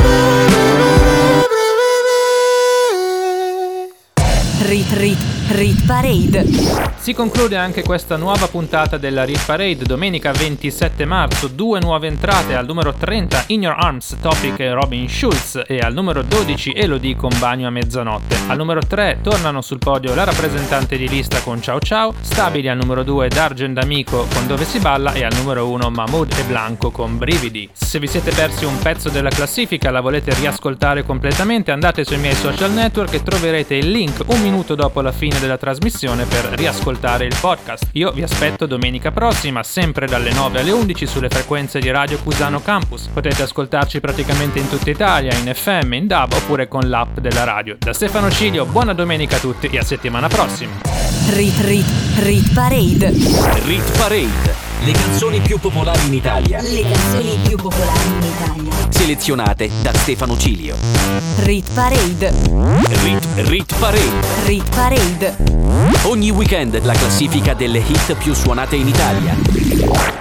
Rit Rit Rit Parade. Si conclude anche questa nuova puntata della Rit Parade. Domenica ventisette marzo, due nuove entrate: al numero trenta In Your Arms, Topic e Robin Schulz, e al numero dodici Elodie con Bagno a mezzanotte. Al numero tre tornano sul podio la rappresentante di lista con Ciao Ciao, stabili al numero due D'Argent D'Amico con Dove si balla e al numero uno Mahmood e Blanco con Brividi. Se vi siete persi un pezzo della classifica, la volete riascoltare completamente, andate sui miei social network e troverete il link un minuto dopo la fine della trasmissione per riascoltare il podcast. Io vi aspetto domenica prossima, sempre dalle nove alle undici sulle frequenze di Radio Cusano Campus. Potete ascoltarci praticamente in tutta Italia, in F M, in D A B oppure con l'app della radio. Da Stefano Cilio, buona domenica a tutti e a settimana prossima. Rit Rit Rit Parade. Rit Parade. Le canzoni più popolari in Italia. Le canzoni più popolari in Italia. Selezionate da Stefano Cilio. Rit Parade. Rit, Rit Parade. Rit Parade. Ogni weekend la classifica delle hit più suonate in Italia.